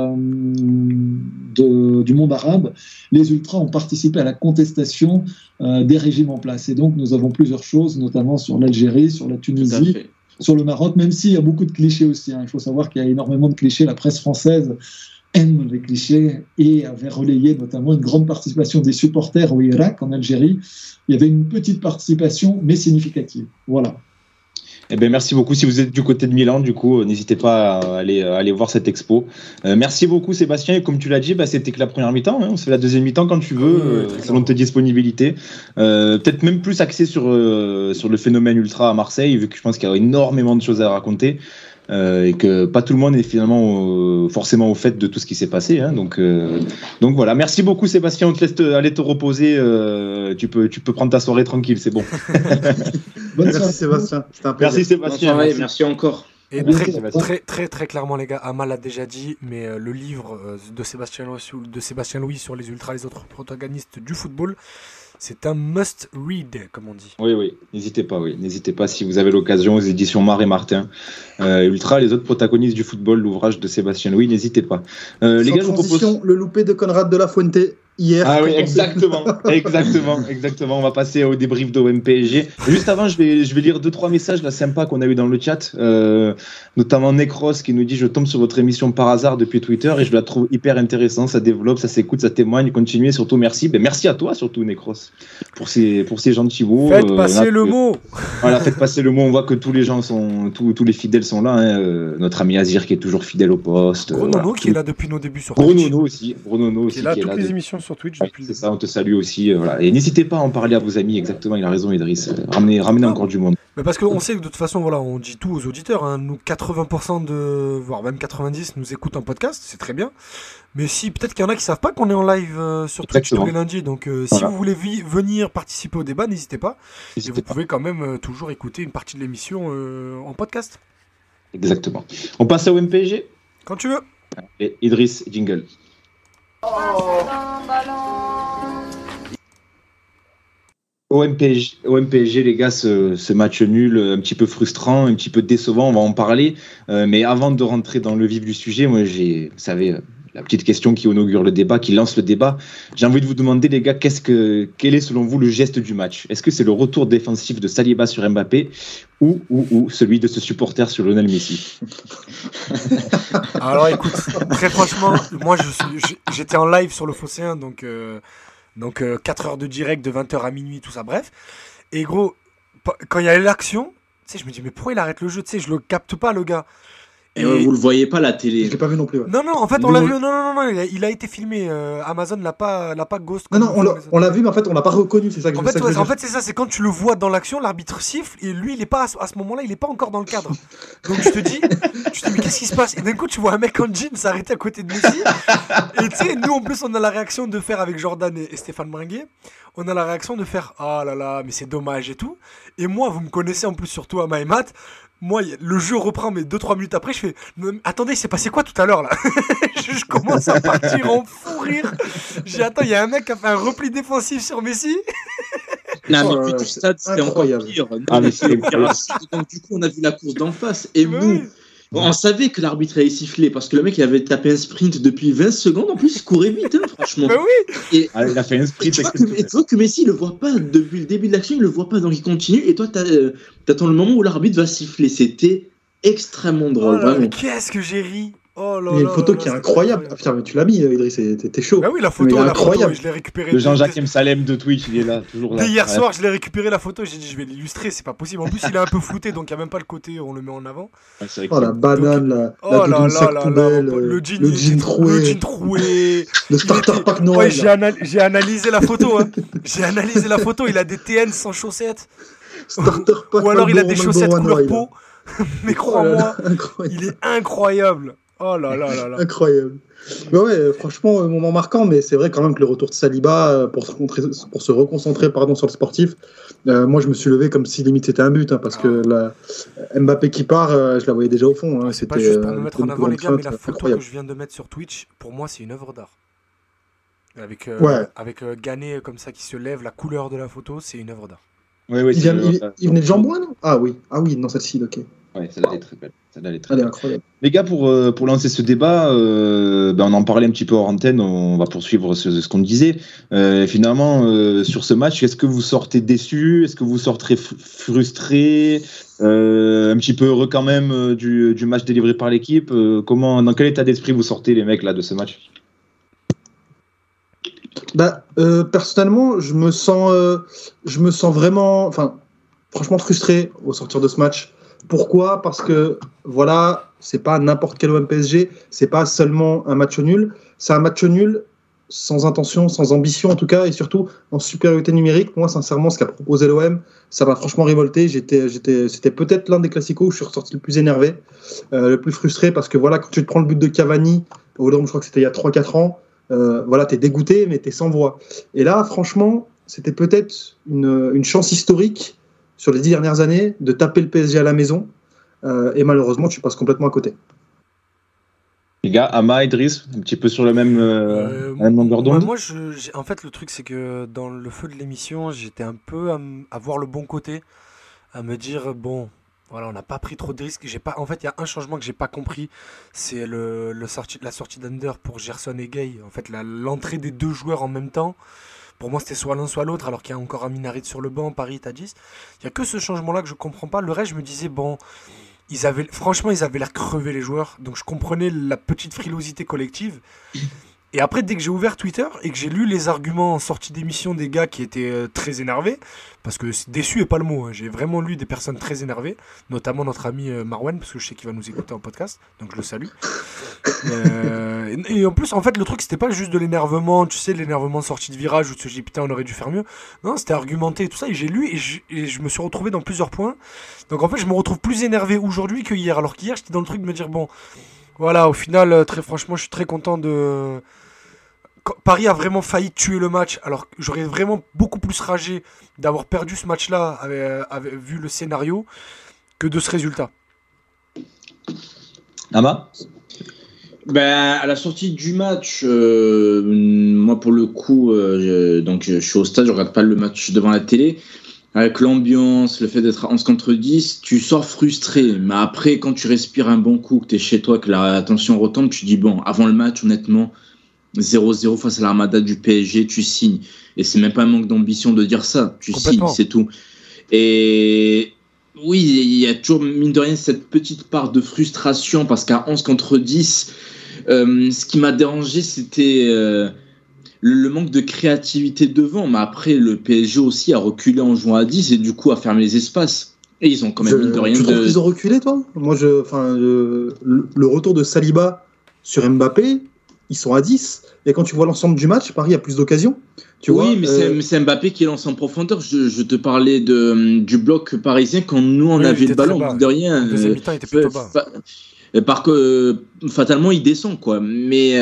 du monde arabe, les ultras ont participé à la contestation des régimes en place. Et donc nous avons plusieurs choses, notamment sur l'Algérie, sur la Tunisie, sur le Maroc, même s'il y a beaucoup de clichés aussi. Hein. Il faut savoir qu'il y a énormément de clichés. La presse française aime les clichés et avait relayé notamment une grande participation des supporters au Irak, en Algérie. Il y avait une petite participation, mais significative. Voilà. Eh bien, merci beaucoup. Si vous êtes du côté de Milan, du coup, n'hésitez pas à aller voir cette expo. Merci beaucoup, Sébastien. Et comme tu l'as dit, c'était que la première mi-temps. Hein. On se fait la deuxième mi-temps quand tu veux, selon tes disponibilités. Peut-être même plus axé sur le phénomène ultra à Marseille, vu que je pense qu'il y a énormément de choses à raconter. Et que pas tout le monde est finalement forcément au fait de tout ce qui s'est passé. Hein. Donc voilà. Merci beaucoup, Sébastien. On te laisse aller te reposer. Tu peux prendre ta soirée tranquille, c'est bon. Merci, Sébastien. C'était un plaisir. Merci, Sébastien. Merci encore. Et Oui, très, c'est vrai. très clairement, les gars, Amal l'a déjà dit, mais le livre de Sébastien Louis sur les ultras, les autres protagonistes du football, c'est un must read, comme on dit. Oui, n'hésitez pas si vous avez l'occasion aux éditions Mar et Martin. Ultra, les autres protagonistes du football, l'ouvrage de Sébastien Louis, n'hésitez pas. Les Sans gars, je vous transition, propose. le loupé de Conrad de la Fuente hier. Ah oui, Comment exactement. On va passer au débrief de OM-PSG. Juste avant, je vais lire 2-3 messages là, sympas qu'on a eu dans le chat, notamment Necros qui nous dit: je tombe sur votre émission par hasard depuis Twitter et je la trouve hyper intéressante, ça développe, ça s'écoute, ça témoigne, continuez, surtout merci. Ben, merci à toi surtout Necros pour ces gentils mots. Faites passer le mot. Voilà, faites passer le mot, on voit que tous les gens tous les fidèles sont là, hein. Notre ami Azir qui est toujours fidèle au poste. Gros Voilà. Nono qui est là depuis nos débuts sur Gros Twitch. Nono aussi, Qui est là qui est toutes là les de- émissions sur Twitch Ouais, depuis le c'est début. ça, on te salue aussi. Voilà. Et n'hésitez pas à en parler à vos amis, exactement, il a raison Idriss. Ramenez encore du monde. Mais parce qu'on sait que de toute façon, voilà, on dit tout aux auditeurs. Hein. Nous, 80% voire même 90% nous écoutent en podcast, c'est très bien. Mais si, peut-être qu'il y en a qui savent pas qu'on est en live sur Twitch Exactement. tous les lundis. Donc, si Voilà. vous voulez venir participer au débat, n'hésitez pas. Et N'hésitez vous pas. pouvez quand même toujours écouter une partie de l'émission en podcast. Exactement. On passe à OM-PSG. Quand tu veux. Et Idriss, jingle. Passe ton ballon. OM-PSG, les gars, ce match nul, un petit peu frustrant, un petit peu décevant, on va en parler. Mais avant de rentrer dans le vif du sujet, moi, vous savez, la petite question qui inaugure le débat, qui lance le débat. J'ai envie de vous demander, les gars, quel est selon vous le geste du match? Est-ce que c'est le retour défensif de Saliba sur Mbappé ou celui de ce supporter sur Lionel Messi? Alors écoute, très franchement, moi j'étais en live sur le Phocéen, donc 4 heures de direct de 20h à minuit, tout ça, bref. Et gros, quand il y a l'action, tu sais, je me dis mais pourquoi il arrête le jeu, tu sais, je le capte pas le gars. Et vous le voyez pas la télé. Je l'ai pas vu non plus. Ouais. Non, en fait on l'a vu, non, il a été filmé, Amazon l'a pas ghost. Non, on l'a vu, mais en fait, on l'a pas reconnu. C'est ça que je veux dire. En fait, c'est ça, c'est quand tu le vois dans l'action, l'arbitre siffle et lui, il est pas à ce moment-là, il est pas encore dans le cadre. Donc tu te dis, mais qu'est-ce qui se passe? Et d'un coup, tu vois un mec en jean s'arrêter à côté de Messi. Et tu sais, nous en plus, on a la réaction de faire avec Jordan et Stéphane Bringuet. On a la réaction de faire ah là là, mais c'est dommage et tout. Et moi, vous me connaissez en plus, surtout à Maïmat. Moi, le jeu reprend, mais 2-3 minutes après, je fais attendez, il s'est passé quoi tout à l'heure là? Je commence à partir en fou rire. Attends, il y a un mec qui a fait un repli défensif sur Messi. Non, Oh mais là vu là, du c'est stade, c'était encore incroyable. pire. Non, Ah, mais mais c'est c'est incroyable. Donc, du coup, on a vu la course d'en face. Et Mais nous, oui. on savait que l'arbitre allait siffler parce que le mec, il avait tapé un sprint depuis 20 secondes. En plus, il courait vite, hein, franchement. Mais oui. Et, Ah, il a fait un et sprint tu vois exceptionnel. que Messi, il le voit pas depuis le début de l'action, il le voit pas, donc il continue. Et toi, t'attends le moment où l'arbitre va siffler. C'était extrêmement Oh drôle, là là, mais vraiment. qu'est-ce que j'ai ri. Oh là Il y a une là photo là qui est là, incroyable. c'était Ah, putain, mais tu l'as mis, Idriss, t'es chaud. Bah oui, la Mais photo, il est incroyable. je l'ai récupérée. Le Jean-Jacques M. Salem de Twitch, il est là, toujours là. Dès hier Ouais. soir, je l'ai récupéré la photo, j'ai dit je vais l'illustrer, c'est pas possible. En plus, il est un peu flouté, donc il n'y a même pas le côté, on le met en avant. Ouais, c'est vrai Oh la banane, la Oh là doudoune sac là là poubelle, là, le il jean était- troué, le jean troué. le starter était- pack Ouais, Noël. j'ai analysé la photo, hein. J'ai analysé la photo, il a des TN sans chaussettes. Starter pack Ou alors il a Marlboro, des chaussettes Marlboro couleur Noël. peau. Mais Oh là là, crois-moi, incroyable. il est incroyable. Oh là là là là. Incroyable. Mais ouais, franchement, moment marquant, mais c'est vrai quand même que le retour de Saliba pour se reconcentrer sur le sportif, moi je me suis levé comme si limite c'était un but, hein, parce que Mbappé qui part, je la voyais déjà au fond. Hein, C'est pas c'était, juste pour me mettre en une avant, les gars, mais la feinte photo incroyable. que je viens de mettre sur Twitch, pour moi, c'est une œuvre d'art. Avec, Ouais. avec Ganet comme ça qui se lève, la couleur de la photo, c'est une œuvre d'art. Ouais, ouais, Il venait de Jambouin, non? Ah oui, non, celle-ci, ok. Ouais, celle-là, elle est très belle. Celle-là, elle est très Elle est belle. incroyable. Les gars, pour lancer ce débat, on en parlait un petit peu hors antenne, on va poursuivre ce qu'on disait. Finalement, sur ce match, est-ce que vous sortez déçu? Est-ce que vous sortez frustré? Un petit peu heureux quand même du match délivré par l'équipe? Dans quel état d'esprit vous sortez, les mecs, là, de ce match? Personnellement, je me sens vraiment, franchement frustré au sortir de ce match. Pourquoi? Parce que voilà, c'est pas n'importe quel OM PSG, c'est pas seulement un match nul, c'est un match nul sans intention, sans ambition en tout cas, et surtout en supériorité numérique. Moi, sincèrement, ce qu'a proposé l'OM, ça m'a franchement révolté. C'était peut-être l'un des classicos où je suis ressorti le plus énervé, le plus frustré, parce que voilà, quand tu te prends le but de Cavani, au Dôme, je crois que c'était il y a 3-4 ans, voilà, t'es dégoûté, mais t'es sans voix. Et là, franchement, c'était peut-être une chance historique sur les 10 dernières années de taper le PSG à la maison. et malheureusement, tu passes complètement à côté. Les gars, Ama, Idriss, un petit peu sur le même, la même longueur d'onde. En fait, le truc, c'est que dans le feu de l'émission, j'étais un peu à voir le bon côté, à me dire, bon, voilà, on n'a pas pris trop de risques. En fait, il y a un changement que j'ai pas compris, c'est la sortie d'Under pour Gerson et Gay. En fait, l'entrée des deux joueurs en même temps. Pour moi, c'était soit l'un, soit l'autre, alors qu'il y a encore Aminarit sur le banc, Paris, Tadis. Il n'y a que ce changement-là que je comprends pas. Le reste, je me disais, bon, franchement, ils avaient l'air crevés, les joueurs. Donc, je comprenais la petite frilosité collective. Et après, dès que j'ai ouvert Twitter et que j'ai lu les arguments en sortie d'émission des gars qui étaient très énervés, parce que déçu est pas le mot, hein, j'ai vraiment lu des personnes très énervées, notamment notre ami Marwan, parce que je sais qu'il va nous écouter en podcast, donc je le salue. Et en plus, en fait, le truc, c'était pas juste de l'énervement, tu sais, l'énervement sorti de virage où tu te dis putain, on aurait dû faire mieux. Non, c'était argumenté et tout ça, et j'ai lu et je me suis retrouvé dans plusieurs points. Donc en fait, je me retrouve plus énervé aujourd'hui que hier, alors qu'hier, j'étais dans le truc de me dire bon. Voilà, au final, très franchement, je suis très content de... Paris a vraiment failli tuer le match, alors que j'aurais vraiment beaucoup plus ragé d'avoir perdu ce match-là, vu le scénario, que de ce résultat. Ama ? À la sortie du match, moi pour le coup, je suis au stade, je regarde pas le match devant la télé. Avec l'ambiance, le fait d'être à 11 contre 10, tu sors frustré. Mais après, quand tu respires un bon coup, que tu es chez toi, que la tension retombe, tu dis bon, avant le match, honnêtement, 0-0 face à l'Armada du PSG, tu signes. Et c'est même pas un manque d'ambition de dire ça. Tu signes, c'est tout. Et oui, il y a toujours, mine de rien, cette petite part de frustration parce qu'à 11 contre 10, ce qui m'a dérangé, c'était... le manque de créativité devant, mais après le PSG aussi a reculé en jouant à 10 et du coup a fermé les espaces. Et ils ont quand même mis de rien. Tu trouves qu'ils ont reculé, toi ? Moi, le retour de Saliba sur Mbappé, ils sont à 10. Et quand tu vois l'ensemble du match, Paris a plus d'occasions. Mais c'est Mbappé qui lance en profondeur. Je te parlais du bloc parisien quand nous on avait le ballon. De rien. Le deuxième mi-temps était plutôt bas. Fatalement, il descend, quoi. Mais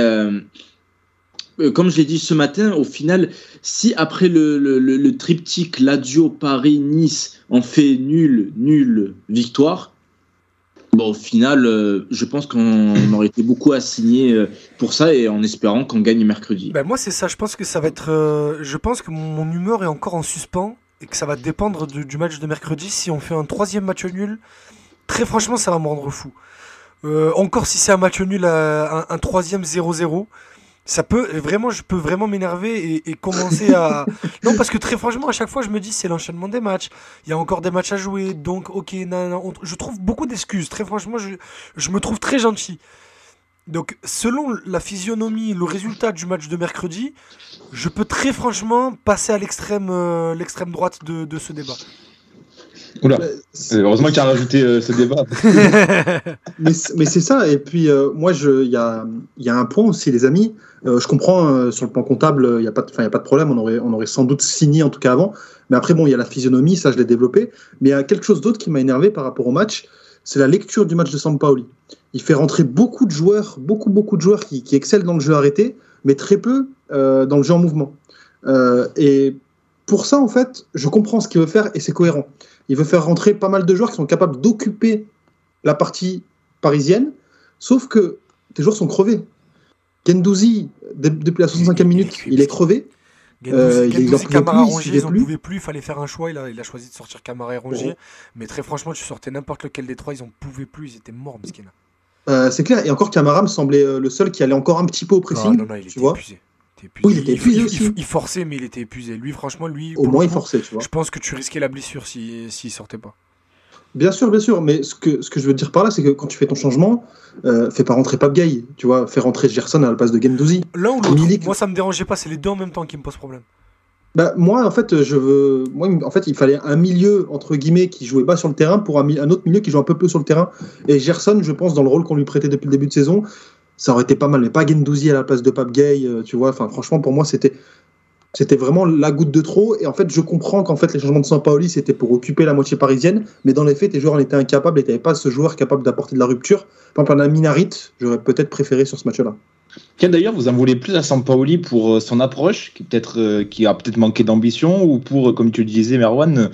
comme je l'ai dit ce matin, au final, si après le triptyque Lazio, Paris, Nice, on fait nul, victoire, bon, au final, je pense qu'on aurait été beaucoup assigné pour ça et en espérant qu'on gagne mercredi. Moi, c'est ça. Je pense que ça va être. Je pense que mon humeur est encore en suspens et que ça va dépendre du match de mercredi. Si on fait un troisième match nul, très franchement, ça va me rendre fou. Encore si c'est un match nul, un troisième 0-0. Je peux vraiment m'énerver et commencer à... Non, parce que très franchement, à chaque fois, je me dis, c'est l'enchaînement des matchs. Il y a encore des matchs à jouer, donc, ok, je trouve beaucoup d'excuses. Très franchement, je me trouve très gentil. Donc, selon la physionomie, le résultat du match de mercredi, je peux très franchement passer à l'extrême droite de ce débat. Oula, heureusement qu'il a rajouté ce débat. mais c'est ça, et puis moi, il y a un point aussi, les amis. Je comprends, sur le plan comptable, il n'y a pas de problème, on aurait sans doute signé en tout cas avant. Mais après, bon, il y a la physionomie, ça je l'ai développé. Mais il y a quelque chose d'autre qui m'a énervé par rapport au match, c'est la lecture du match de Sampaoli. Il fait rentrer beaucoup de joueurs qui excellent dans le jeu arrêté, mais très peu dans le jeu en mouvement. Et pour ça, en fait, je comprends ce qu'il veut faire et c'est cohérent. Il veut faire rentrer pas mal de joueurs qui sont capables d'occuper la partie parisienne, sauf que tes joueurs sont crevés. Guendouzi, depuis la 65e minute, il est crevé. Guendouzi, Camara, Rongier, ils n'en pouvaient plus, il fallait faire un choix, il a choisi de sortir Camara et Rongier, mais très franchement, tu sortais n'importe lequel des trois, ils n'en pouvaient plus, ils étaient morts, Miskina. C'est clair, et encore Camara me semblait le seul qui allait encore un petit peu au pressing. Non, il était épuisé. Oui, il était épuisé aussi. Il forçait, mais il était épuisé. Lui, franchement, au moins il forçait, tu vois. Je pense que tu risquais la blessure s'il sortait pas. Bien sûr, mais ce que je veux dire par là, c'est que quand tu fais ton changement, fais pas rentrer Pape Gay, tu vois, fais rentrer Gerson à la place de Guendouzi. L'un ou l'autre, moi ça me dérangeait pas, c'est les deux en même temps qui me posent problème. Moi, en fait, il fallait un milieu, entre guillemets, qui jouait bas sur le terrain pour un autre milieu qui joue un peu plus sur le terrain. Et Gerson, je pense, dans le rôle qu'on lui prêtait depuis le début de saison, ça aurait été pas mal, mais pas Guendouzi à la place de Pape Gay, tu vois. Enfin, franchement, pour moi, c'était vraiment la goutte de trop. Et en fait, je comprends qu'en fait, les changements de Sampaoli, c'était pour occuper la moitié parisienne. Mais dans les faits, tes joueurs en étaient incapables et tu n'avais pas ce joueur capable d'apporter de la rupture. Par exemple, un Aminarit, j'aurais peut-être préféré sur ce match-là. Tiens, d'ailleurs, vous en voulez plus à Sampaoli pour son approche, qui a peut-être manqué d'ambition, ou pour, comme tu le disais, Merwan,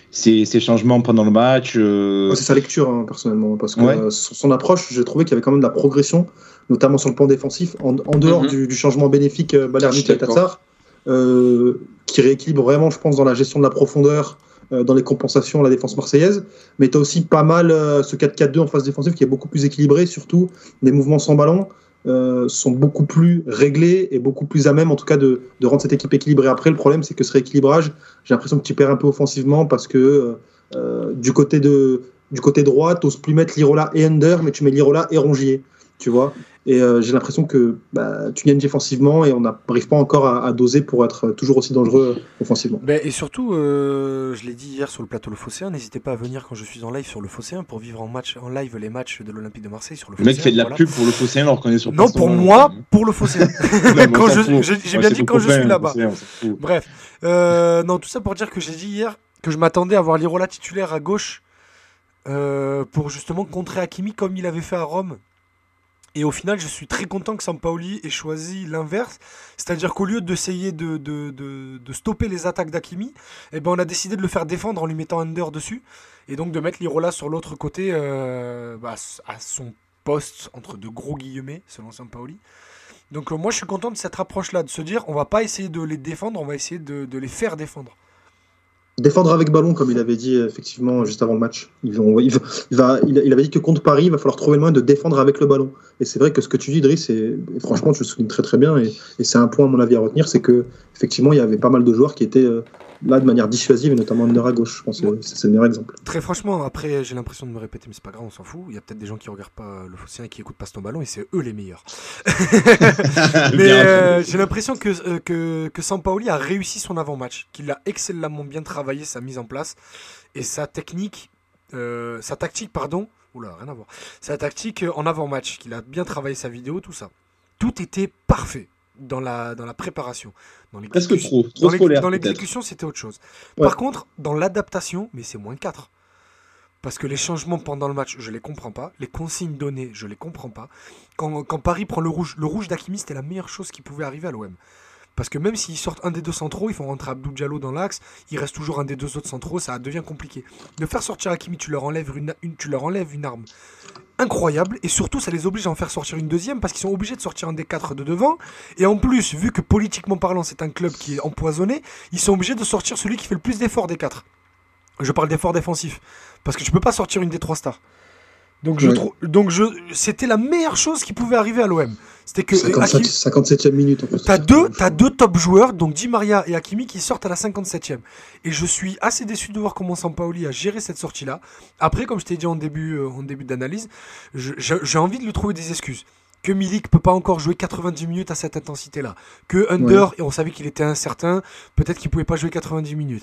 ses changements pendant le match. Ouais, c'est sa lecture, hein, personnellement, parce que Ouais. son approche, j'ai trouvé qu'il y avait quand même de la progression, notamment sur le plan défensif, en dehors du changement bénéfique Balerdi Je suis Tatsar, qui rééquilibre vraiment, je pense, dans la gestion de la profondeur, dans les compensations, la défense marseillaise. Mais tu as aussi pas mal ce 4-4-2 en phase défensive qui est beaucoup plus équilibré, surtout les mouvements sans ballon sont beaucoup plus réglés et beaucoup plus à même, en tout cas, de rendre cette équipe équilibrée. Après, le problème, c'est que ce rééquilibrage, j'ai l'impression que tu perds un peu offensivement parce que du côté droit, tu n'oses plus mettre Lirola et Under, mais tu mets Lirola et Rongier, tu vois. Et j'ai l'impression que tu gagnes défensivement et on n'arrive pas encore à doser pour être toujours aussi dangereux offensivement. Et surtout, je l'ai dit hier sur le plateau Le Phocéen, n'hésitez pas à venir quand je suis en live sur Le Phocéen pour vivre en live les matchs de l'Olympique de Marseille sur Le Le Phocéen. mec fait de la pub pour le Phocéen, alors qu'on est sur Non, Paston pour Ballon. moi, pour Le Phocéen. Non, mais on s'en fout. J'ai Ouais, bien c'est dit ton quand je copain, suis là-bas. Phocéen, on s'en fout. Bref, non, tout ça pour dire que j'ai dit hier que je m'attendais à voir Lirola titulaire à gauche pour justement contrer Hakimi comme il avait fait à Rome. Et au final, je suis très content que Sampaoli ait choisi l'inverse. C'est-à-dire qu'au lieu d'essayer de stopper les attaques d'Hakimi, on a décidé de le faire défendre en lui mettant Under dessus. Et donc de mettre Lirola sur l'autre côté à son poste, entre de gros guillemets, selon Sampaoli. Donc moi, je suis content de cette approche-là, de se dire, on va pas essayer de les défendre, on va essayer de les faire défendre. Défendre avec ballon, comme il avait dit effectivement juste avant le match. Il avait dit que contre Paris, il va falloir trouver le moyen de défendre avec le ballon. Et c'est vrai que ce que tu dis, Driss, et franchement, tu le soulignes très très bien, et c'est un point à mon avis à retenir, c'est que effectivement, il y avait pas mal de joueurs qui étaient là de manière dissuasive, et notamment Under à gauche. Je pense que c'est le meilleur exemple. Très franchement, après, j'ai l'impression de me répéter, mais c'est pas grave, on s'en fout. Il y a peut-être des gens qui regardent pas Le Phocéen et qui écoutent pas ton ballon, et c'est eux les meilleurs. Mais j'ai l'impression que Sampaoli a réussi son avant-match, qu'il a excellemment bien travaillé sa mise en place et sa tactique, oula, rien à voir. Sa tactique en avant-match, qu'il a bien travaillé sa vidéo, tout ça. Tout était parfait dans la préparation. Presque trop scolaire. Dans peut-être. l'exécution, c'était autre chose. Ouais. Par contre, dans l'adaptation, mais c'est moins 4. Parce que les changements pendant le match, je les comprends pas. Les consignes données, je les comprends pas. Quand Paris prend le rouge d'Hakimi, c'était la meilleure chose qui pouvait arriver à l'OM. Parce que même s'ils sortent un des deux centraux, ils font rentrer Abdou Diallo dans l'axe, il reste toujours un des deux autres centraux, ça devient compliqué. De faire sortir Hakimi, tu leur enlèves une arme incroyable, et surtout ça les oblige à en faire sortir une deuxième, parce qu'ils sont obligés de sortir un des 4 de devant, et en plus, vu que politiquement parlant c'est un club qui est empoisonné, ils sont obligés de sortir celui qui fait le plus d'efforts des 4. Je parle d'efforts défensifs, parce que tu peux pas sortir une des 3 stars. Donc c'était la meilleure chose qui pouvait arriver à l'OM. C'était que 57e minute en fait. T'as deux top joueurs, donc Di Maria et Hakimi, qui sortent à la 57e. Et je suis assez déçu de voir comment Sampaoli a géré cette sortie-là. Après, comme je t'ai dit en début d'analyse, j'ai envie de lui trouver des excuses. Que Milik peut pas encore jouer 90 minutes à cette intensité-là. Que Under, et on savait qu'il était incertain, peut-être qu'il pouvait pas jouer 90 minutes.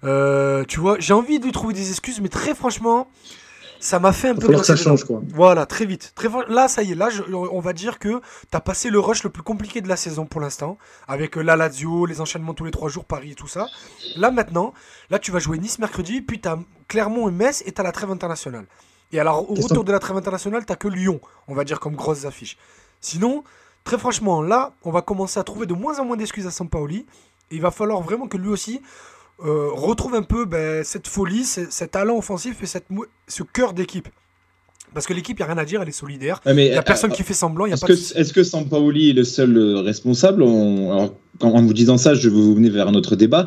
Tu vois, j'ai envie de lui trouver des excuses, mais très franchement, ça m'a fait un peu... Il va falloir que ça change, quoi. Voilà, très vite. Là, ça y est, on va dire que t'as passé le rush le plus compliqué de la saison pour l'instant, avec la Lazio, les enchaînements tous les 3 jours, Paris et tout ça. Là, maintenant, tu vas jouer Nice mercredi, puis t'as Clermont et Metz, et t'as la trêve internationale. Et alors, au retour de la trêve internationale, t'as que Lyon, on va dire, comme grosses affiches. Sinon, très franchement, là, on va commencer à trouver de moins en moins d'excuses à Sampaoli, et il va falloir vraiment que lui aussi retrouve un peu cette folie, cet talent offensif et ce cœur d'équipe. Parce que l'équipe, il n'y a rien à dire, elle est solidaire. Il n'y a personne qui fait semblant. Est-ce que Sampaoli est le seul responsable alors, en vous disant ça, je veux vous mener vers un autre débat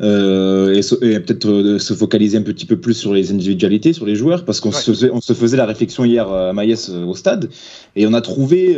et peut-être se focaliser un petit peu plus sur les individualités, sur les joueurs, parce qu'on se faisait la réflexion hier à Maïs au stade, et on a trouvé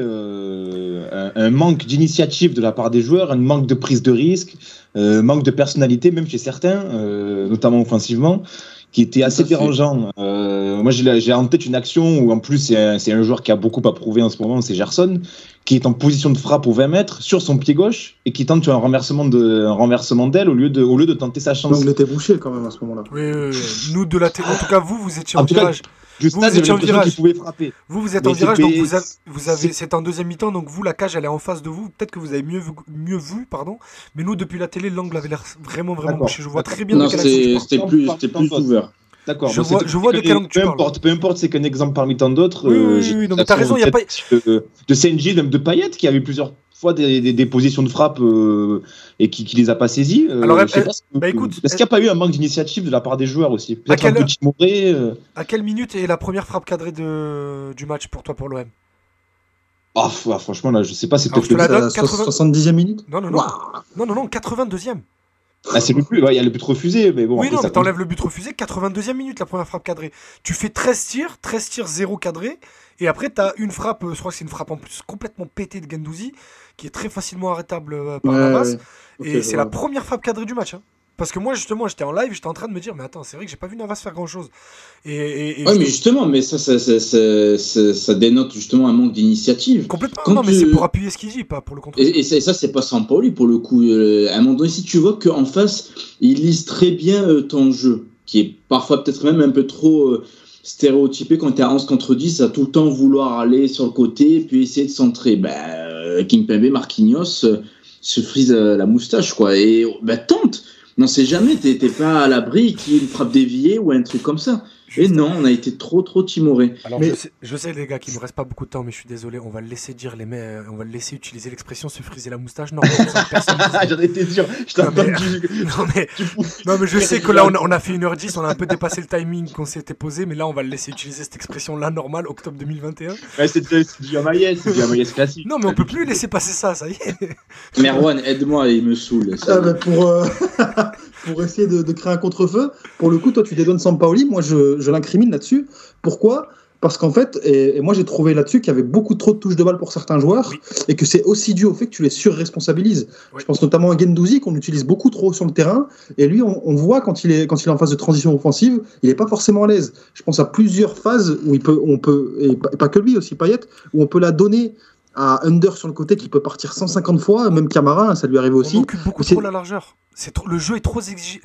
un manque d'initiative de la part des joueurs, un manque de prise de risque, manque de personnalité, même chez certains, notamment offensivement, qui était assez dérangeant. Moi, j'ai en tête une action où, en plus, c'est un joueur qui a beaucoup à prouver en ce moment, c'est Gerson, qui est en position de frappe aux 20 mètres sur son pied gauche et qui tente un renversement d'aile au lieu de tenter sa chance. Donc, il était bouché quand même à ce moment-là. Oui. Nous, de la télé, en tout cas, vous étiez en virage. Vous étiez en virage. Pouvait frapper. Vous êtes en virage, donc c'est en deuxième mi-temps, donc vous, la cage, elle est en face de vous. Peut-être que vous avez mieux vu, pardon. Mais nous, depuis la télé, l'angle avait l'air vraiment bouché. Je vois très bien de quel angle c'était plus ouvert. D'accord. Je vois de quel angle tu parles. Peu importe, c'est qu'un exemple parmi tant d'autres. Oui, non, mais t'as raison, il n'y a pas... De Senji, même de Payet, qui avait plusieurs fois des positions de frappe et qui les a pas saisies. Alors, je sais pas écoute, est-ce qu'il n'y a pas eu un manque d'initiative de la part des joueurs aussi? Peut-être un peu timoré. À quelle minute est la première frappe cadrée du match pour toi, pour l'OM? Franchement, là, je sais pas, c'est Alors, peut-être je te la le... donne, 70e minute. Non, non, 82e. c'est le plus. Il y a le but refusé, mais bon. Oui, après, non, ça mais t'enlèves le but refusé, 82e minute, la première frappe cadrée. Tu fais 13 tirs, 0 cadré, et après, t'as une frappe, je crois que c'est une frappe en plus complètement pétée de Guendouzi, qui est très facilement arrêtable par Navas, et c'est la première frappe cadrée du match. Parce que moi, justement, j'étais en live, j'étais en train de me dire, mais attends, c'est vrai que j'ai pas vu Navas faire grand-chose. Mais justement, mais ça dénote justement un manque d'initiative. Complètement, non, mais c'est pour appuyer ce qu'il dit, pas pour le contrôler. Et ça, c'est pas Sampaoli pour le coup. À un moment donné, si tu vois qu'en face, ils lisent très bien ton jeu, qui est parfois peut-être même un peu trop stéréotypé quand t'es à 11 contre 10, à tout le temps vouloir aller sur le côté puis essayer de centrer. Kimpembe, Marquinhos se frise la moustache, quoi. Et tente. Non, c'est jamais, t'es pas à l'abri qu'il y ait une frappe déviée ou un truc comme ça. Et non, on a été trop timoré. Alors, mais... je sais, les gars, qu'il nous reste pas beaucoup de temps, mais je suis désolé, on va le laisser dire, on va le laisser utiliser l'expression se friser la moustache. Non, j'en étais sûr, je t'ai entendu. Non, mais je sais que là, on a fait 1h10, on a un peu dépassé le timing qu'on s'était posé, mais là, on va le laisser utiliser cette expression-là normale, octobre 2021. C'est du Amaïs classique. Non, mais on peut plus laisser passer ça y est. Merwan, aide-moi, il me saoule. Pour essayer de créer un contre-feu, pour le coup, toi, tu dédonnes Sampaoli, moi, je l'incrimine là-dessus. Pourquoi ? Parce qu'en fait, et moi j'ai trouvé là-dessus qu'il y avait beaucoup trop de touches de balle pour certains joueurs, et que c'est aussi dû au fait que tu les surresponsabilises. Je pense notamment à Guendouzi, qu'on utilise beaucoup trop sur le terrain, et lui, on voit quand il est en phase de transition offensive, il n'est pas forcément à l'aise. Je pense à plusieurs phases où on peut, et pas que lui, aussi Payet, où on peut la donner à Under sur le côté qui peut partir 150 fois, même Camara, ça lui arrive aussi. On occupe beaucoup trop la largeur. Le jeu est trop exigeant.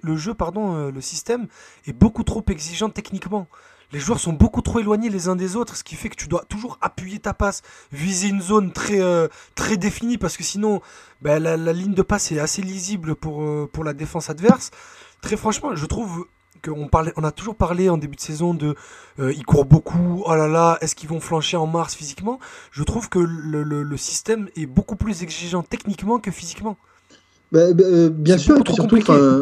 Le système est beaucoup trop exigeant techniquement. Les joueurs sont beaucoup trop éloignés les uns des autres, ce qui fait que tu dois toujours appuyer ta passe, viser une zone très définie, parce que sinon, la ligne de passe est assez lisible pour la défense adverse. Très franchement, je trouve on a toujours parlé en début de saison ils courent beaucoup, oh là là, est-ce qu'ils vont flancher en mars physiquement? Je trouve que le système est beaucoup plus exigeant techniquement que physiquement. Bien sûr, et surtout,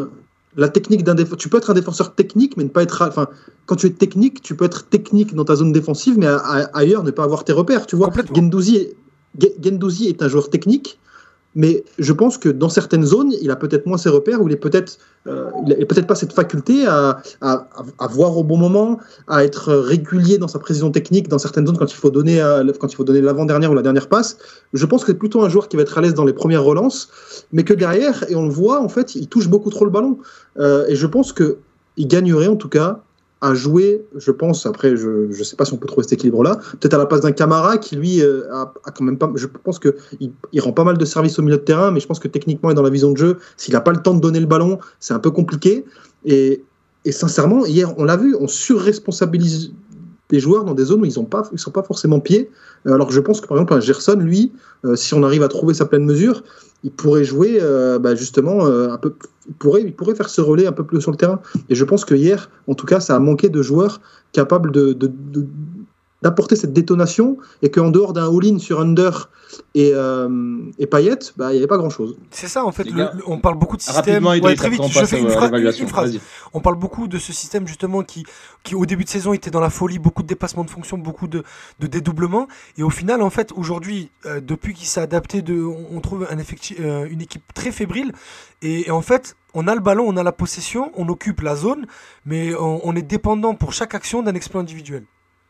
la technique tu peux être un défenseur technique, mais ne pas être. Quand tu es technique, tu peux être technique dans ta zone défensive, mais ailleurs ne pas avoir tes repères. Tu vois, Guendouzi est un joueur technique, mais je pense que dans certaines zones, il a peut-être moins ses repères, ou il n'a peut-être pas cette faculté à voir au bon moment, à être régulier dans sa précision technique dans certaines zones quand il faut donner l'avant-dernière ou la dernière passe. Je pense que c'est plutôt un joueur qui va être à l'aise dans les premières relances, mais que derrière, et on le voit, en fait, il touche beaucoup trop le ballon. Et je pense qu'il gagnerait en tout cas à jouer, je pense, après je ne sais pas si on peut trouver cet équilibre-là, peut-être à la place d'un Camara qui lui a quand même pas, je pense qu'il rend pas mal de services au milieu de terrain, mais je pense que techniquement et dans la vision de jeu, s'il n'a pas le temps de donner le ballon, c'est un peu compliqué. Et sincèrement, hier, on l'a vu, on surresponsabilise des joueurs dans des zones où ils sont pas forcément pieds. Alors que je pense que par exemple un Gerson, lui, si on arrive à trouver sa pleine mesure, il pourrait jouer justement un peu. Il pourrait faire ce relais un peu plus sur le terrain. Et je pense que hier, en tout cas, ça a manqué de joueurs capables d'apporter cette détonation, et qu'en dehors d'un all-in sur Under et Payet, il n'y avait pas grand-chose. C'est ça, en fait, on parle beaucoup de système. Très vite, je fais une phrase. On parle beaucoup de ce système, justement, qui au début de saison était dans la folie, beaucoup de dépassements de fonction, beaucoup de dédoublements. Et au final, en fait, aujourd'hui, depuis qu'il s'est adapté, on trouve une équipe très fébrile. Et en fait, on a le ballon, on a la possession, on occupe la zone, mais on est dépendant pour chaque action d'un exploit individuel.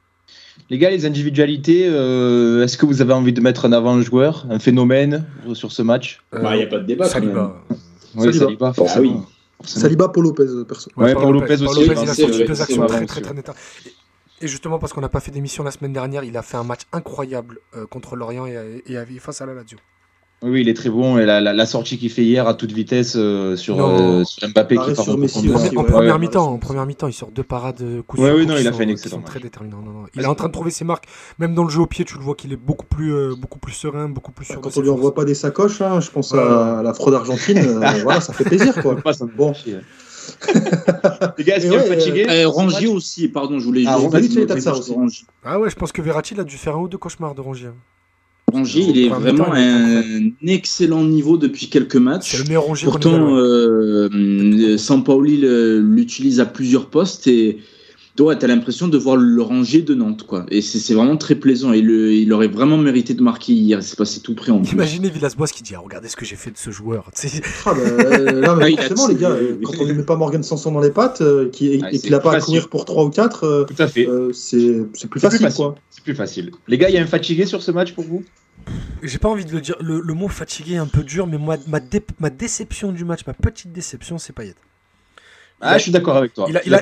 Les gars, les individualités, est-ce que vous avez envie de mettre en avant un joueur, un phénomène sur ce match? Il n'y a pas de débat. Saliba. Oui, Saliba, forcément. Saliba, Paul Lopez, perso. Ouais, Paul Lopez aussi. Il a sorti deux actions très nettes. Et justement, parce qu'on n'a pas fait d'émission la semaine dernière, il a fait un match incroyable contre Lorient et face à la Lazio. Oui, il est très bon, et la sortie qu'il fait hier à toute vitesse sur Mbappé qui part en première mi-temps, il sort deux parades coup sur coup. Oui, il a fait un excellent match. Très déterminant. Il est en train de trouver ses marques, même dans le jeu au pied, tu le vois qu'il est beaucoup plus serein, beaucoup plus sûr. Quand on lui envoie pas des sacoches, je pense à la fraude argentine, voilà, ça fait plaisir, quoi. Bon. Les gars, est-ce qu'il est fatigué? Rongier aussi, pardon, je voulais juste. Ah ouais, je pense que Verratti a dû faire un ou deux cauchemars de Rongier. Rongier, il est Premier vraiment temps, à il est un excellent niveau depuis quelques matchs. C'est le meilleur Rongier qu'on ait Pourtant, vu. Sampaoli l'utilise à plusieurs postes et toi, tu as l'impression de voir le Rongier de Nantes, quoi. Et c'est vraiment très plaisant. Il aurait vraiment mérité de marquer hier. C'est passé tout près en plus. Imaginez Villas-Boas qui dit regardez ce que j'ai fait de ce joueur. Tu sais, Ah non, mais Ah, il a forcément, les gars, tiré, quand on ne met pas Morgan Sanson dans les pattes et c'est qu'il n'a pas à facile. courir pour 3 ou 4, Tout à fait. c'est plus facile, quoi. C'est plus facile. Les gars, il y a un fatigué sur ce match pour vous? j'ai pas envie de le dire. Le mot fatigué est un peu dur, mais moi, ma déception du match, ma petite déception, c'est Payet. Ah, je suis d'accord avec toi. Il a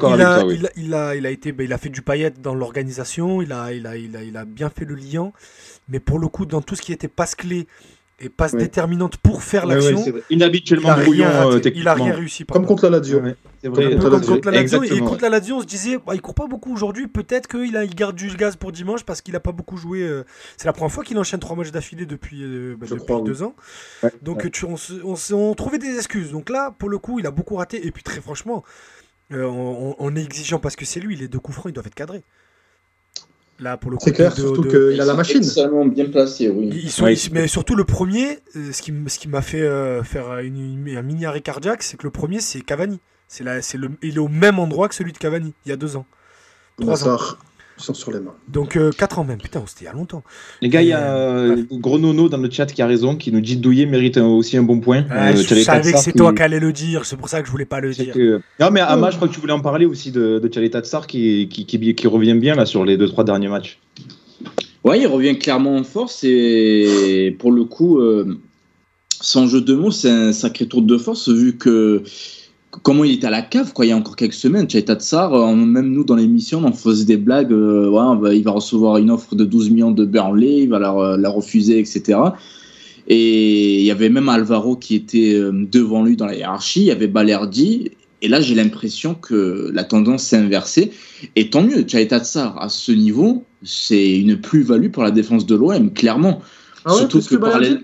fait du Payet dans l'organisation, il a bien fait le liant, mais pour le coup, dans tout ce qui était passe clé et passe Ouais. déterminante pour faire Ouais, l'action, c'est vrai. Inhabituellement il a rien brouillon raté. Il a techniquement. rien réussi. Comme contre la Lazio. Ouais, c'est Comme vrai. contre Comme contre la Lazio, et Exactement. contre la Lazio, on se disait, il court pas beaucoup aujourd'hui, peut-être qu'il garde du gaz pour dimanche parce qu'il a pas beaucoup joué. C'est la première fois qu'il enchaîne 3 matchs d'affilée depuis crois, 2 ans. Ouais, Donc ouais. on trouvait des excuses. Donc là, pour le coup, il a beaucoup raté. Et puis très franchement, on est exigeant parce que c'est lui, les 2 coups francs, ils doivent être cadrés. Là, pour le coup, C'est clair, surtout qu'il a la machine. Extrêmement bien placé, oui. Mais surtout le premier, ce qui m'a fait faire un mini arrêt cardiaque, c'est que le premier, c'est Cavani. Il est au même endroit que celui de Cavani, il y a 2 ans. 3 ans. Hazard, ils sont sur les mains. Donc 4 ans même, putain, c'était il y a longtemps. Les gars, il y a Gros Nono dans le chat qui a raison, qui nous dit Douillet mérite aussi un bon point. Je Tchalé savais que Tatsar c'est qui- toi qui allais le dire, c'est pour ça que je voulais pas le dire. Non, mais Ama, je crois que tu voulais en parler aussi de Tchalé Tatsar qui revient bien là sur les 2-3 derniers matchs. Ouais, il revient clairement en force et pour le coup, sans jeu de mots, c'est un sacré tour de force vu que comment il était à la cave quoi, il y a encore quelques semaines. Tchalé Tatsar, même nous dans l'émission, on faisait des blagues. Il va recevoir une offre de 12 millions de Burnley, il va la refuser, etc. Et il y avait même Alvaro qui était devant lui dans la hiérarchie, il y avait Balerdi. Et là, j'ai l'impression que la tendance s'est inversée. Et tant mieux, Tchalé Tatsar, à ce niveau, c'est une plus-value pour la défense de l'OM, clairement. Ah ouais, Surtout plus que que Balerdi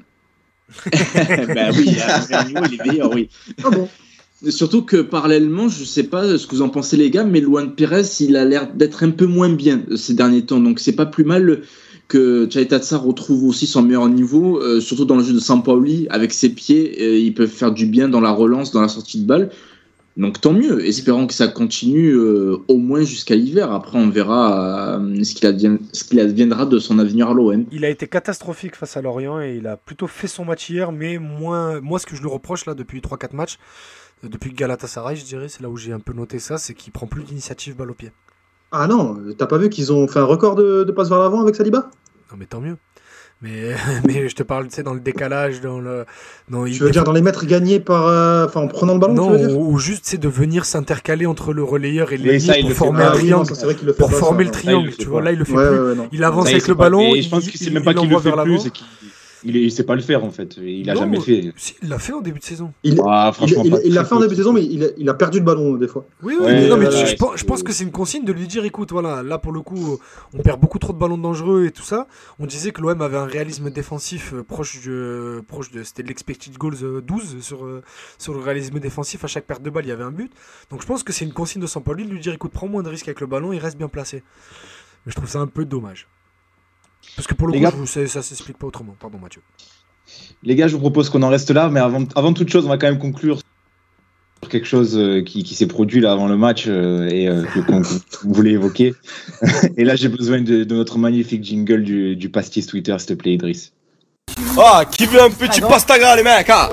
Ben oui, à un niveau, il est meilleur, oui. Ah bon. Surtout que parallèlement, je sais pas ce que vous en pensez les gars, mais Luan Pérez, il a l'air d'être un peu moins bien ces derniers temps. Donc c'est pas plus mal que Tchalé Tatsar retrouve aussi son meilleur niveau, surtout dans le jeu de Sampaoli. Avec ses pieds, ils peuvent faire du bien dans la relance, dans la sortie de balle. Donc tant mieux, espérons que ça continue au moins jusqu'à l'hiver. Après on verra ce qu'il adviendra de son avenir à l'OM. Il a été catastrophique face à Lorient et il a plutôt fait son match hier, mais moi ce que je lui reproche là depuis 3-4 matchs, depuis Galatasaray je dirais, c'est là où j'ai un peu noté ça, c'est qu'il prend plus d'initiative balle au pied. Ah non, t'as pas vu qu'ils ont fait un record de passes vers l'avant avec Saliba? Non mais tant mieux. Mais je te parle, tu sais, dans le décalage, Tu veux dire dans les mètres gagnés en prenant le ballon, non, tu veux dire? ou juste c'est de venir s'intercaler entre le relayeur et Oui, l'ailier ça, il pour le former fait un pas. Ah oui, non, triangle. ça, c'est vrai qu'il le fait Pour pas, former ça, le non. triangle, Là, il le tu fait vois, pas. là il le fait Ouais, plus. ouais, non. Il avance Ça, avec sait le pas. ballon, Et je pense que c'est même pas qu'il le l'envoie fait vers plus, l'avant. c'est qu'il sait pas le faire en fait. Il a Non, jamais fait. Si, il l'a fait en début de saison. Franchement, Il l'a fait en début de saison, mais il a perdu le ballon des fois. Oui, Ouais, non, mais voilà, je pense que c'est une consigne de lui dire écoute, voilà, là pour le coup, on perd beaucoup trop de ballons dangereux et tout ça. On disait que l'OM avait un réalisme défensif proche de c'était de l'expected goals 12 sur le réalisme défensif. À chaque perte de balle, il y avait un but. Donc je pense que c'est une consigne de Sampaoli de lui dire écoute, prends moins de risques avec le ballon, il reste bien placé. Mais je trouve ça un peu dommage. Parce que pour le Les coup, gars- ça s'explique pas autrement. Pardon, Mathieu. Les gars, je vous propose qu'on en reste là, mais avant toute chose, on va quand même conclure sur quelque chose qui s'est produit là avant le match qu'on voulait évoquer. Et là, j'ai besoin de notre magnifique jingle du pastis Twitter, s'il te plaît, Idriss. Ah, qui veut un petit pastaga, les mecs, hein?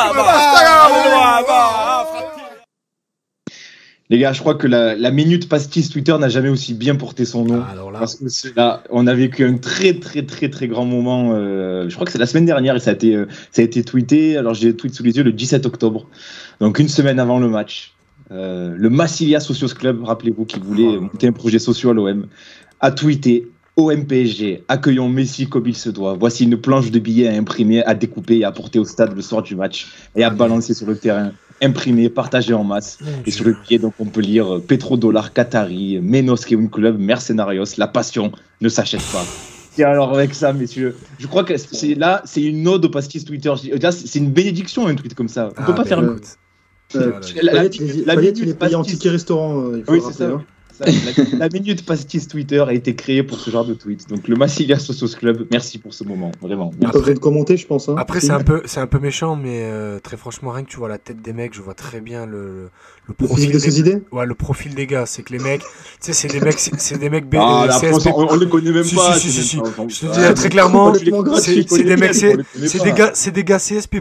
Les gars, je crois que la minute pastis Twitter n'a jamais aussi bien porté son nom. Alors là, Parce que là, on a vécu un très très très très grand moment. Je crois que c'est la semaine dernière et ça a été tweeté. Alors j'ai le tweet sous les yeux le 17 octobre, donc une semaine avant le match. Le Massilia Socios Club, rappelez-vous, qui voulait monter un projet social à l'OM, a tweeté OM PSG, accueillons Messi comme il se doit. Voici une planche de billets à imprimer, à découper et à porter au stade le soir du match et à balancer sur le terrain. Imprimé, partagé en masse. Et sur le pied, donc, on peut lire Petrodollar Qatari, Menos Kewin Club, Mercenarios, la passion ne s'achète pas. Et alors, avec ça, messieurs, je crois que c'est une ode au pastis Twitter. C'est une bénédiction, un tweet comme ça. On peut pas faire un. Payet, il est payé en ticket restaurant. Il faut Oui, le c'est rappeler, ça. hein. La minute pastis Twitter a été créée pour ce genre de tweet. Donc le Massilia Sauce Club, merci pour ce moment, vraiment. Ils devraient le commenter, je pense. Hein. Après, c'est un peu méchant, mais très franchement, rien que tu vois la tête des mecs, je vois très bien le profil de ces idées. Ouais, le profil des gars, c'est que les mecs, tu sais, c'est des mecs Ah, la France, CSP. on les connaît même pas. Si. c'est Je même pas- te dis très clairement, c'est des mecs, on les connaît pas. c'est des gars CSP+,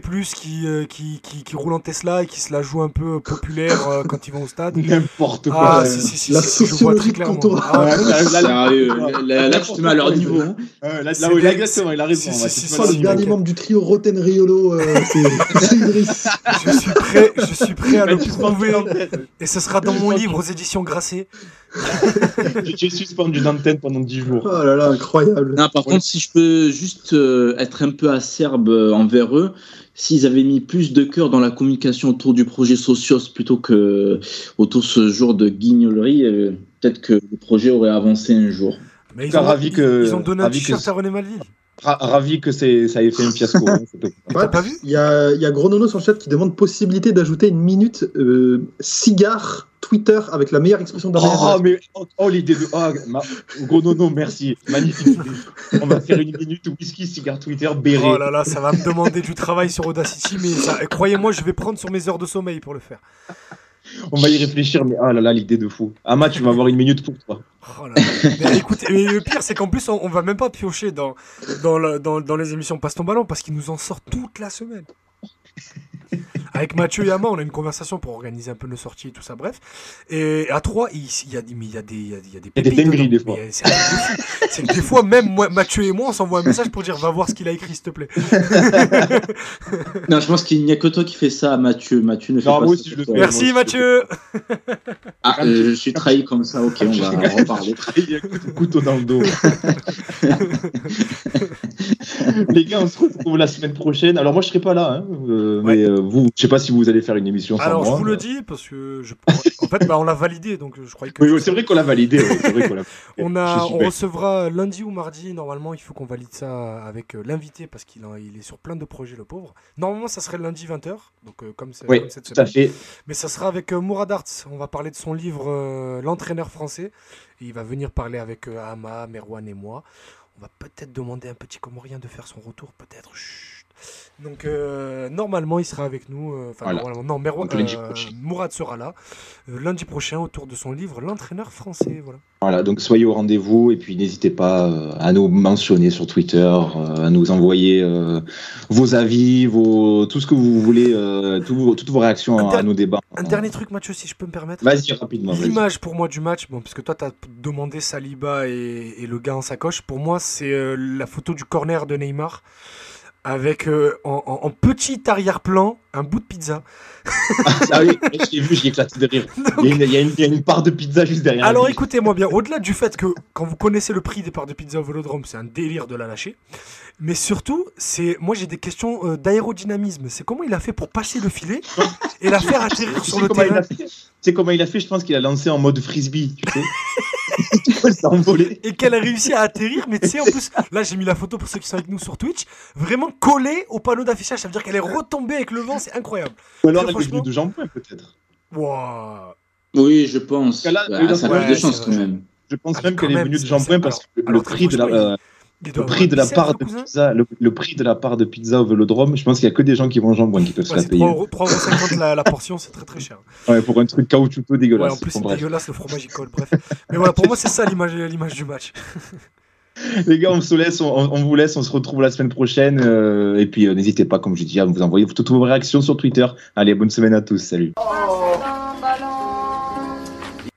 qui roulent en Tesla et qui se la jouent un peu populaire quand ils vont au stade. N'importe quoi. Ah, si, La je vois très sociologie de clairement. Cantora. Ah, Sérieux, là, tu te mets à leur niveau. Hein. Là, C'est oui, des- exactement, il a raison. si, ouais, si, tu si, te Oh, mets à le leur dernier niveau. membre du trio Roten Riolo, c'est Idriss. je suis prêt à le Tu prouver. suspendu d'antenne. Et ce sera dans mon livre aux éditions Grasset. Tu es suspendu d'antenne pendant 10 jours. Oh là là, incroyable. Non, par contre, si je peux juste être un peu acerbe envers eux, s'ils avaient mis plus de cœur dans la communication autour du projet Socios plutôt que autour de ce genre de guignolerie, peut-être que le projet aurait avancé un jour. Mais En tout cas, ravi que- ils ont donné un ravi t-shirt que- à René Malville. Ravi que ça ait fait un fiasco. Hein, T'as pas vu? Il y a Gronono sur le chat qui demande possibilité d'ajouter une minute cigare Twitter avec la meilleure expression d'Amérique. L'idée de. Gros nono, merci. Magnifique idée. On va faire une minute whisky, cigare Twitter, béret. Oh là là, ça va me demander du travail sur Audacity, mais croyez-moi, je vais prendre sur mes heures de sommeil pour le faire. On va y réfléchir, mais ah là là, l'idée de fou. Ama, tu vas avoir une minute pour toi. Oh là là. Mais écoute, mais le pire, c'est qu'en plus, on va même pas piocher dans les émissions Passe ton ballon parce qu'ils nous en sortent toute la semaine. Avec Mathieu et Ama, on a une conversation pour organiser un peu nos sorties et tout ça, bref. Et à 3, il y a des pépites dingueries, dedans. des fois. Mais c'est un truc de fou. C'est que des fois, même moi, Mathieu et moi, on s'envoie un message pour dire va voir ce qu'il a écrit, s'il te plaît. Non, je pense qu'il n'y a que toi qui fais ça, Mathieu. Mathieu ne fait Non, pas moi ça. aussi, je le pour fais. toi. Merci Mathieu. Ah, je suis trahi comme ça, ok, on va en reparler. Il y a un couteau dans le dos. Les gars, on se retrouve la semaine prochaine. Alors moi, je serai pas là, hein, mais vous, je sais pas si vous allez faire une émission sans Alors, moi. je vous le dis parce que en fait, on l'a validé, donc je croyais que. Oui, c'est vrai qu'on l'a validé. Ouais, c'est vrai qu'on l'a validé. On recevra lundi ou mardi. Normalement, il faut qu'on valide ça avec l'invité parce qu'il est sur plein de projets, le pauvre. Normalement, ça serait lundi 20h, donc comme cette tout à semaine. fait. Mais ça sera avec Mourad Arts. On va parler de son livre L'entraîneur français. Et il va venir parler avec Ama, Merwan et moi. On va peut-être demander à un petit Comorien de faire son retour, peut-être. Chut. Donc normalement il sera avec nous. Voilà. Non, Merwan, Donc, lundi prochain. Mourad sera là lundi prochain autour de son livre L'entraîneur français. Voilà, donc soyez au rendez-vous et puis n'hésitez pas à nous mentionner sur Twitter, à nous envoyer vos avis, tout ce que vous voulez, toutes vos réactions à nos débats. Un dernier truc, Mathieu, si je peux me permettre. Vas-y, rapidement. Vas-y. L'image pour moi du match, puisque toi tu as demandé Saliba et le gars en sacoche, pour moi c'est la photo du corner de Neymar avec en petit arrière-plan un bout de pizza. Ah oui, je l'ai vu, j'ai éclaté de rire. Il y a une part de pizza juste derrière. Alors lui. écoutez-moi bien, au-delà du fait que quand vous connaissez le prix des parts de pizza au Vélodrome, c'est un délire de la lâcher, mais surtout, moi j'ai des questions d'aérodynamisme. C'est comment il a fait pour passer le filet et la faire atterrir sur le terrain. Tu sais comment il a fait? Je pense qu'il a lancé en mode frisbee, tu sais. Il s'est envolé. Et qu'elle a réussi à atterrir, mais tu sais, en plus, là j'ai mis la photo pour ceux qui sont avec nous sur Twitch, vraiment collée au panneau d'affichage, ça veut dire qu'elle est retombée avec le vent, c'est incroyable. Ou alors Très elle est franchement- venue de Jean-Point, peut-être. Wow. Oui, je pense. Parce que là, Ça a ouais, plus de chance c'est quand vrai. même. Je pense Ah, même quand qu'elle est même, venue de c'est- Jean-Point parce que alors, le prix de la. Il doit Le prix de la avoir part 17, de le cousin. pizza, le prix de la part de pizza au Vélodrome, je pense qu'il y a que des gens qui vont en jambon qui peuvent se Ouais, la c'est payer. 3,50€ la portion, c'est très très cher. Ouais, pour un truc caoutchouteux Ouais, dégueulasse. en plus Bon, c'est bref. dégueulasse, le fromage il colle, bref. Mais voilà, pour moi c'est ça l'image du match. Les gars, on se laisse, on vous laisse, on se retrouve la semaine prochaine. Et puis n'hésitez pas, comme je dis, à vous envoyer toutes vos réactions sur Twitter. Allez, bonne semaine à tous, salut. Oh.